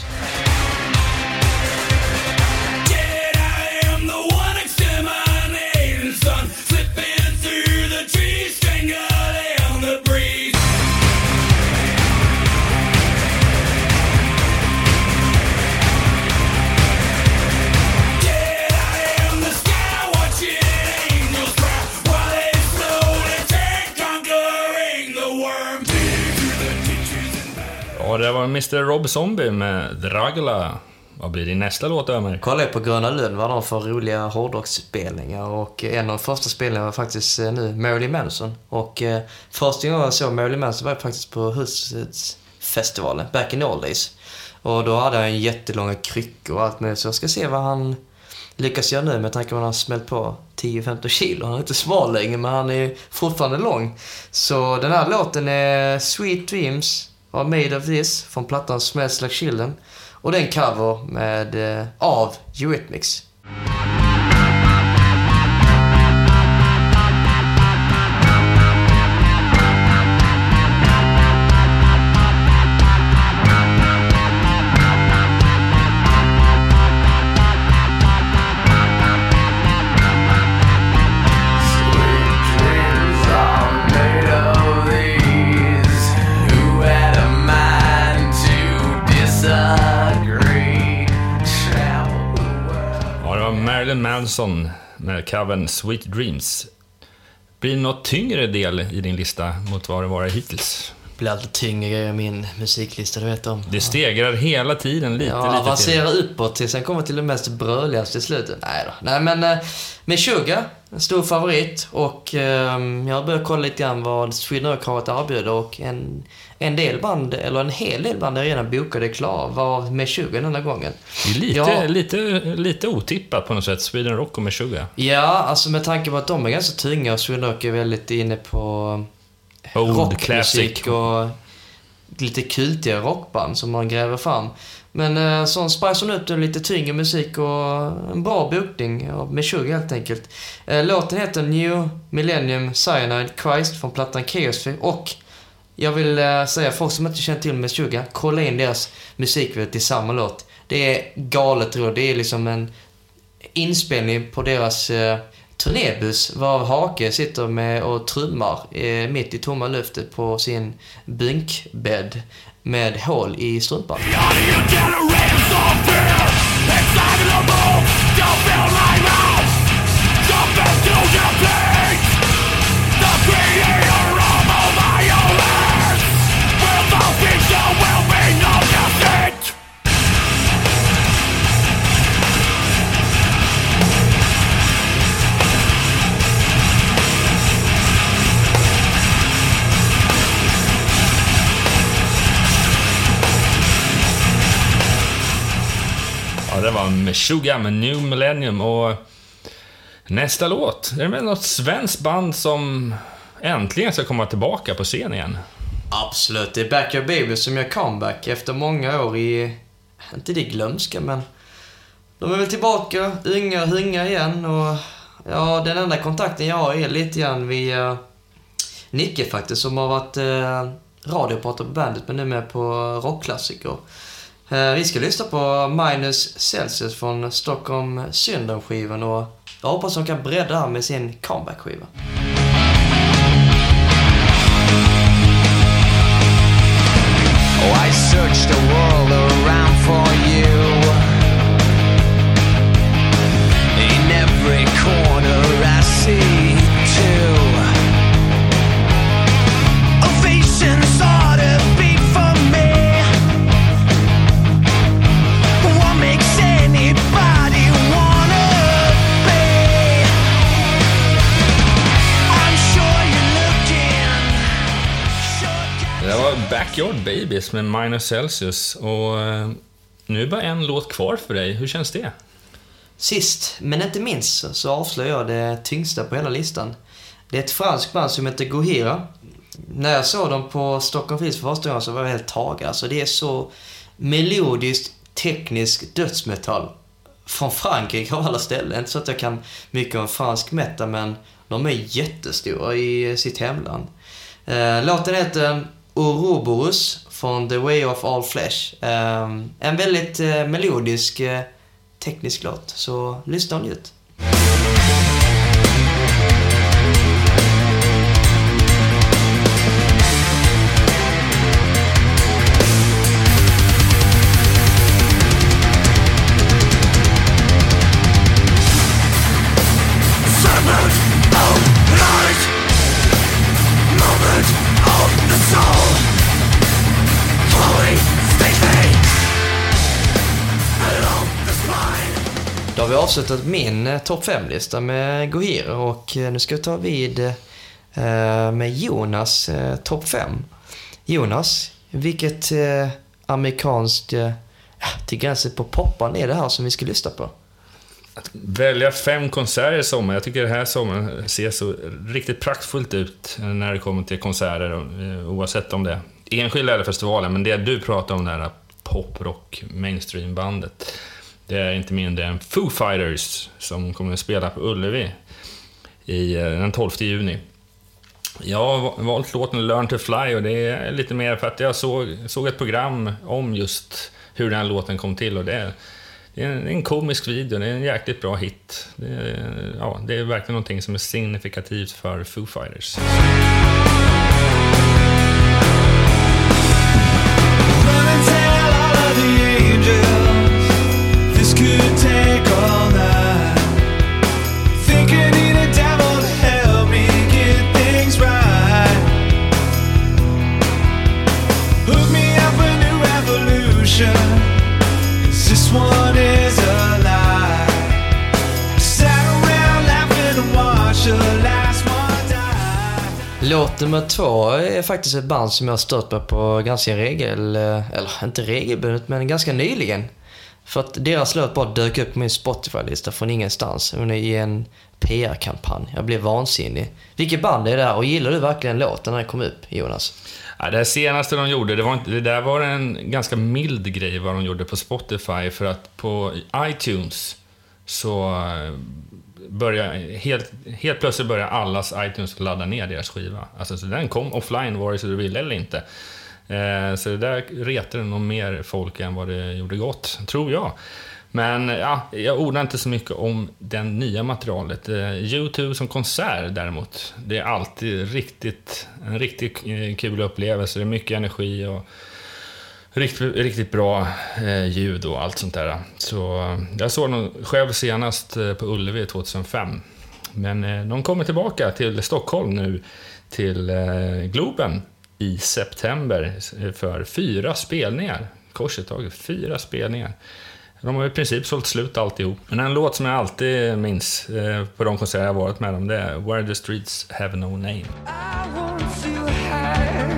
Speaker 1: Ja, det var Mr. Rob Zombie med Dragula. Vad blir din nästa låt, Ömer?
Speaker 2: Kolla på Gröna Lund vad de för roliga hårdrocksspelningar. Och en av de första spelningarna var faktiskt nu Marilyn Manson. Och första gången jag såg Marilyn Manson var faktiskt på Husfestivalen, back in the old days. Och då hade han en jättelånga kryckor och allt möjligt. Så jag ska se vad han lyckas göra nu med tanke på att han har smält på 10-15 kilo. Han är inte smal längre, men han är fortfarande lång. Så den här låten är Sweet Dreams av Made of This från plattan Smells Like Children. Och den cover med av Eurythmics.
Speaker 1: Marilyn Manson med covern Sweet Dreams. Blir det något tyngre del i din lista mot vad det var hittills?
Speaker 2: Det blir alltid tyngre i min musiklista, du vet om.
Speaker 1: Det stegrar hela tiden lite till.
Speaker 2: Avancerar uppåt till sen kommer till det mest bröligaste i slutet. Nej då. Nej, men med Sugar, en stor favorit. Och jag börjar kolla lite grann vad Sweden Rock har att erbjuda. Och en del band, eller en hel del band är redan bokade klar, var med Sugar den här gången.
Speaker 1: Det är lite otippat på något sätt, Sweden Rock och med Sugar.
Speaker 2: Ja, alltså med tanke på att de är ganska tunga och Sweden Rock är väldigt inne på rockmusik och lite kultiga rockband som man gräver fram. Men sån spice upp det lite tyngre musik och en bra bokning med Sugar helt enkelt. Låten heter New Millennium Cyanide Christ från plattan Chaos. Och jag vill säga, folk som inte känner till med Sugar, kolla in deras musikvideo till samma låt. Det är galet, tror jag. Det är liksom en inspelning på deras turnébuss var Hake sitter med och trummar mitt i tomma luftet på sin bunkbädd med hål i strumpan.
Speaker 1: Ja, det var med Sugar med New Millennium. Och nästa låt, är det med något svenskt band som äntligen ska komma tillbaka på scen igen?
Speaker 2: Absolut, det är Backyard Babies som gör comeback efter många år i, inte det glömska, men de är väl tillbaka, unga och hunga igen. Och ja, den enda kontakten jag har är lite grann via Nicke faktiskt, som har varit radiopratare på bandet men nu är med på rockklassiker. Vi ska lyssna på Minus Celsius från Stockholm Syndrome-skivan och jag hoppas de kan bredda här med sin comeback-skiva.
Speaker 5: Oh, I searched the world around for you. In every corner I see two. Ovations ought to be for me. What makes anybody wanna be? I'm sure you're looking.
Speaker 1: Det var Backyard Babies med Minus Celsius. Och nu är bara en låt kvar för dig. Hur känns det?
Speaker 2: Sist, men inte minst, så avslöjar jag det tyngsta på hela listan. Det är ett franskt band som heter Gojira. När jag såg dem på Stockholm Films för första gången så var jag helt tagen. Alltså det är så melodiskt, teknisk dödsmetall från Frankrike av alla ställen. Inte så att jag kan mycket om fransk metal, men de är jättestora i sitt hemland. Låten heter Ouroboros från The Way of All Flesh. En väldigt melodisk teknisk låt, så lyssna och njut.
Speaker 5: Moment of the soul, falling
Speaker 2: har vi avslutat min topp 5-lista med Gojira och nu ska vi ta vid med Jonas topp 5. Jonas, vilket amerikanskt till gränsen på poppan är det här som vi ska lyssna på?
Speaker 1: Att välja 5 konserter i sommar. Jag tycker det här sommaren ser så riktigt praktfullt ut när det kommer till konserter, oavsett om det är enskilda eller festivaler. Men det du pratar om, det här pop-rock mainstream-bandet, det är inte mindre än Foo Fighters som kommer att spela på Ullevi den 12 juni. Jag har valt låten Learn to Fly och det är lite mer för att jag såg ett program om just hur den här låten kom till och det är en komisk video, det är en jäkligt bra hit. Det är verkligen någonting som är signifikativt för Foo Fighters.
Speaker 2: Låt nummer 2 är faktiskt ett band som jag har stött mig på ganska inte regelbundet, men ganska nyligen. För att deras låt bara dök upp på min Spotify-lista från ingenstans i en PR-kampanj. Jag blev vansinnig. Vilket band är det här? Och gillar du verkligen låten när den kom upp, Jonas?
Speaker 1: Ja, det senaste de gjorde, det där var en ganska mild grej vad de gjorde på Spotify, för att på iTunes så helt plötsligt började allas iTunes ladda ner deras skiva. Alltså, så den kom offline vare sig du ville eller inte. Så det där retade nog mer folk än vad det gjorde gott, tror jag. Men jag ordnar inte så mycket om den nya materialet. YouTube som konsert däremot, det är alltid en riktigt kul upplevelse. Det är mycket energi och riktigt bra ljud och allt sånt där. Så jag såg nog själv senast på Ullevi 2005. Men de kommer tillbaka till Stockholm nu, till Globen i september för 4 spelningar. Korset taget 4 spelningar. De har i princip sålt slut alltihop. Men en låt som jag alltid minns på de konserter jag varit med om, det är Where the Streets Have No Name.
Speaker 5: I want to hide.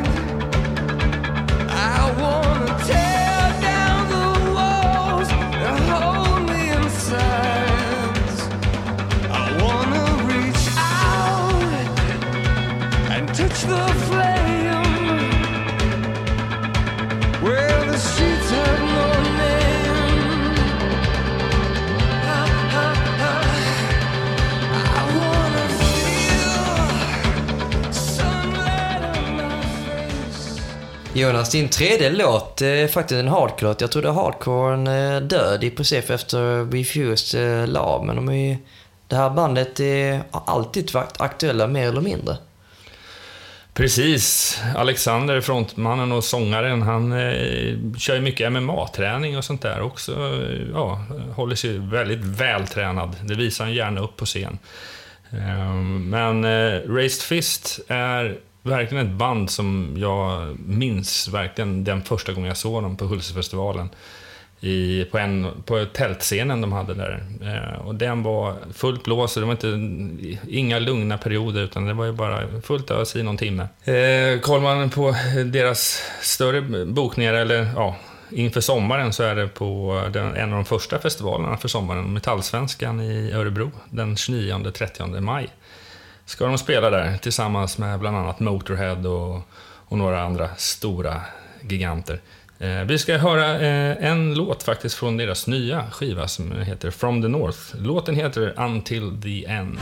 Speaker 5: I want to tear down the walls and hold me inside. I want to reach out and touch the flame where the streets have no name. I wanna feel sunlight on my face.
Speaker 2: Jonas, din tredje låt är faktiskt en hardcore-låt. Jag trodde hardcoren död i princip efter Refused Love, men det här bandet har alltid varit aktuella mer eller mindre.
Speaker 1: Precis, Alexander, frontmannen och sångaren, han kör ju mycket MMA-träning och sånt där också. Håller sig väldigt vältränad. Det visar han gärna upp på scen. Men Raised Fist är verkligen ett band som jag minns verkligen den första gången jag såg dem på Hultsfredsfestivalen. På tältscenen de hade där. Och den var fullt blås, det var inga lugna perioder, utan det var ju bara fullt ös i någon timme. Kollar man på deras större bokningar inför sommaren, så är det på en av de första festivalerna för sommaren, Metallsvenskan i Örebro, den 29-30 maj. Ska de spela där tillsammans med bland annat Motorhead och några andra stora giganter. Vi ska höra en låt faktiskt från deras nya skiva som heter From the North. Låten heter Until the End.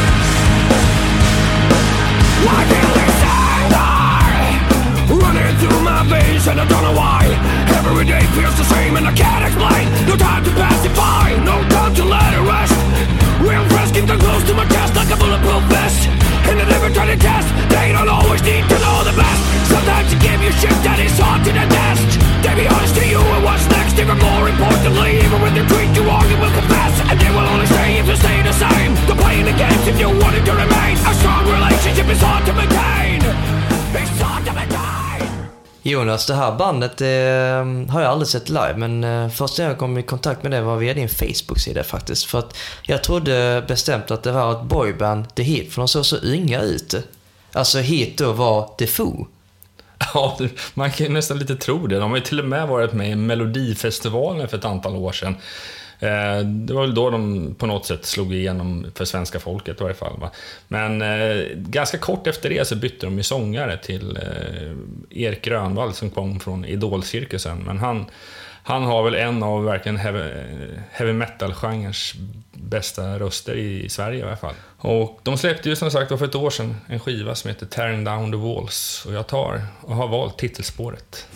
Speaker 1: Running through my veins and I don't know why. Every day feels the same and I can't explain. No time to pacify, no time to let it rest. Real press keep them close to my chest like a bulletproof vest. And they never try to test, they don't always need to know the best. Sometimes you give you shit that is hard to digest. They be honest to you and what's next. Even more importantly, even when they treat you wrong, you will confess. And they will only stay if you stay the same. They're playing the games if you want it to remain. A strong relationship is hard to maintain. It's hard to maintain.
Speaker 2: Jonas, det här bandet har jag aldrig sett live, men första gången jag kom i kontakt med det var via din Facebook-sida faktiskt. För att jag trodde bestämt att det var ett boyband, The Heat, för de såg så unga ut. Alltså Heat då var The Foo.
Speaker 1: Ja, man kan ju nästan lite tro det. De har ju till och med varit med i Melodifestivalen för ett antal år sedan. Det var väl då de på något sätt slog igenom för svenska folket i varje fall. Va? Men ganska kort efter det så bytte de ju sångare till Erik Grönvall som kom från Idolcirkusen. Men han har väl en av verkligen heavy metal-genrens bästa röster i Sverige i alla fall. Och de släppte ju som sagt för ett år sedan en skiva som heter Tearing Down the Walls. Och jag har valt titelspåret.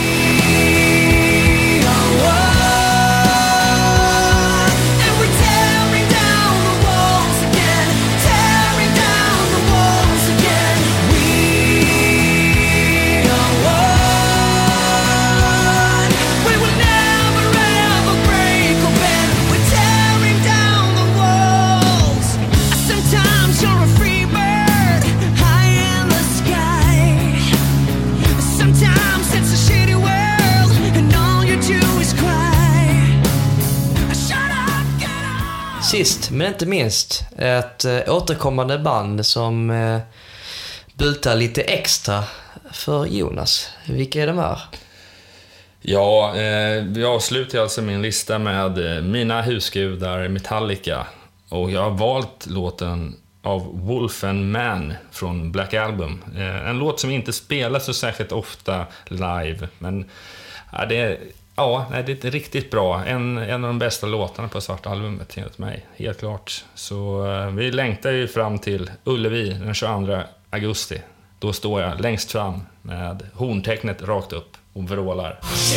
Speaker 2: Sist men inte minst ett återkommande band som bultar lite extra för Jonas. Vilka är de här?
Speaker 1: Ja, vi avslutar alltså min lista med Mina husgudar Metallica. Och jag har valt låten av Wolf and Man från Black Album. En låt som inte spelas så särskilt ofta live. Men det är riktigt bra. En av de bästa låtarna på Svarta albumet enligt mig, helt klart. Så vi längtar ju fram till Ullevi den 22 augusti. Då står jag längst fram med horntecknet rakt upp och vrålar.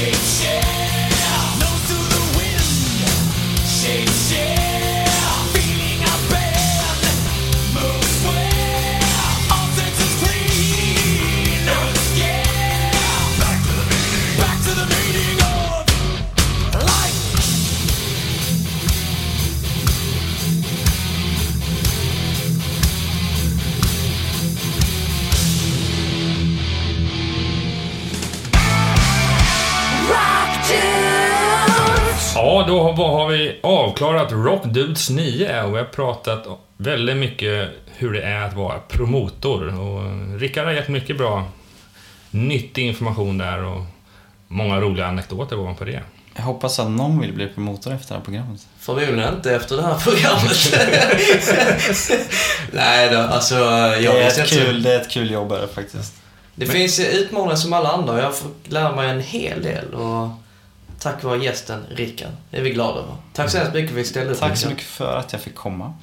Speaker 1: Ja, då har vi avklarat Rock Dudes 9 och vi har pratat väldigt mycket hur det är att vara promotor. Och Rickard har gett mycket bra, nyttig information där och många roliga anekdoter ovanpå det.
Speaker 4: Jag hoppas att någon vill bli promotor efter det här programmet.
Speaker 2: Förmodligen inte efter det här programmet. Nej då, alltså...
Speaker 4: Det är ett kul jobb här, faktiskt.
Speaker 2: Det finns utmaningar som alla andra. Jag får lära mig en hel del och... Tack vare gästen Rickard. Det är vi glada över. Tack så hemskt mycket för att vi ställde upp.
Speaker 4: Tack så mycket för att jag fick komma.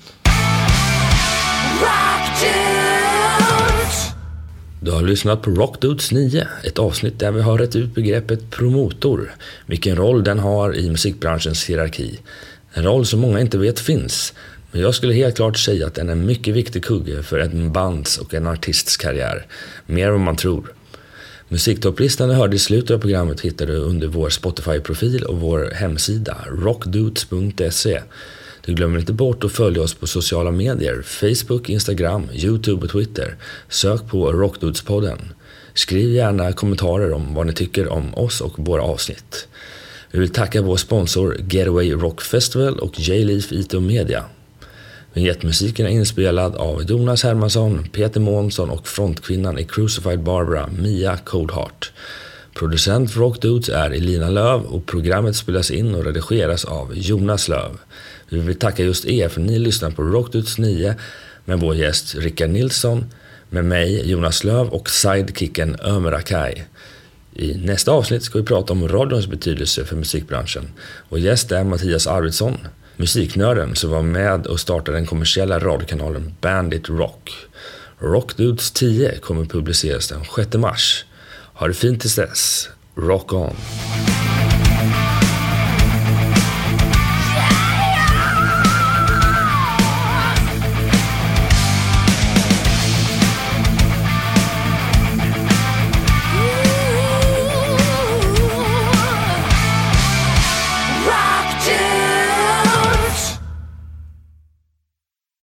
Speaker 3: Du har lyssnat på Rock Dudes 9, ett avsnitt där vi har rätt ut begreppet promotor, vilken roll den har i musikbranschens hierarki. En roll som många inte vet finns, men jag skulle helt klart säga att den är en mycket viktig kugge för en bands och en artists karriär, mer än vad man tror. Musiktopplistan du hörde i slutet av programmet hittar du under vår Spotify-profil och vår hemsida rockdudes.se. Du glömmer inte bort att följa oss på sociala medier, Facebook, Instagram, YouTube och Twitter. Sök på Rockdudespodden. Skriv gärna kommentarer om vad ni tycker om oss och våra avsnitt. Vi vill tacka vår sponsor Getaway Rock Festival och J-Leaf IT och Media. Vignettmusiken är inspelad av Jonas Hermansson, Peter Månsson och frontkvinnan i Crucified Barbara, Mia Coldheart. Producent för Rock Dudes är Elina Löv och programmet spelas in och redigeras av Jonas Löv. Vi vill tacka just er för ni lyssnar på Rock Dudes 9 med vår gäst Rickard Nilsson, med mig Jonas Löv och sidekicken Ömer Akai. I nästa avsnitt ska vi prata om radions betydelse för musikbranschen. Vår gäst är Mattias Arvidsson, musiknörden som var med och startade den kommersiella radiokanalen Bandit Rock. Rock Dudes 10 kommer publiceras den 6 mars. Ha det fint tills dess. Rock on!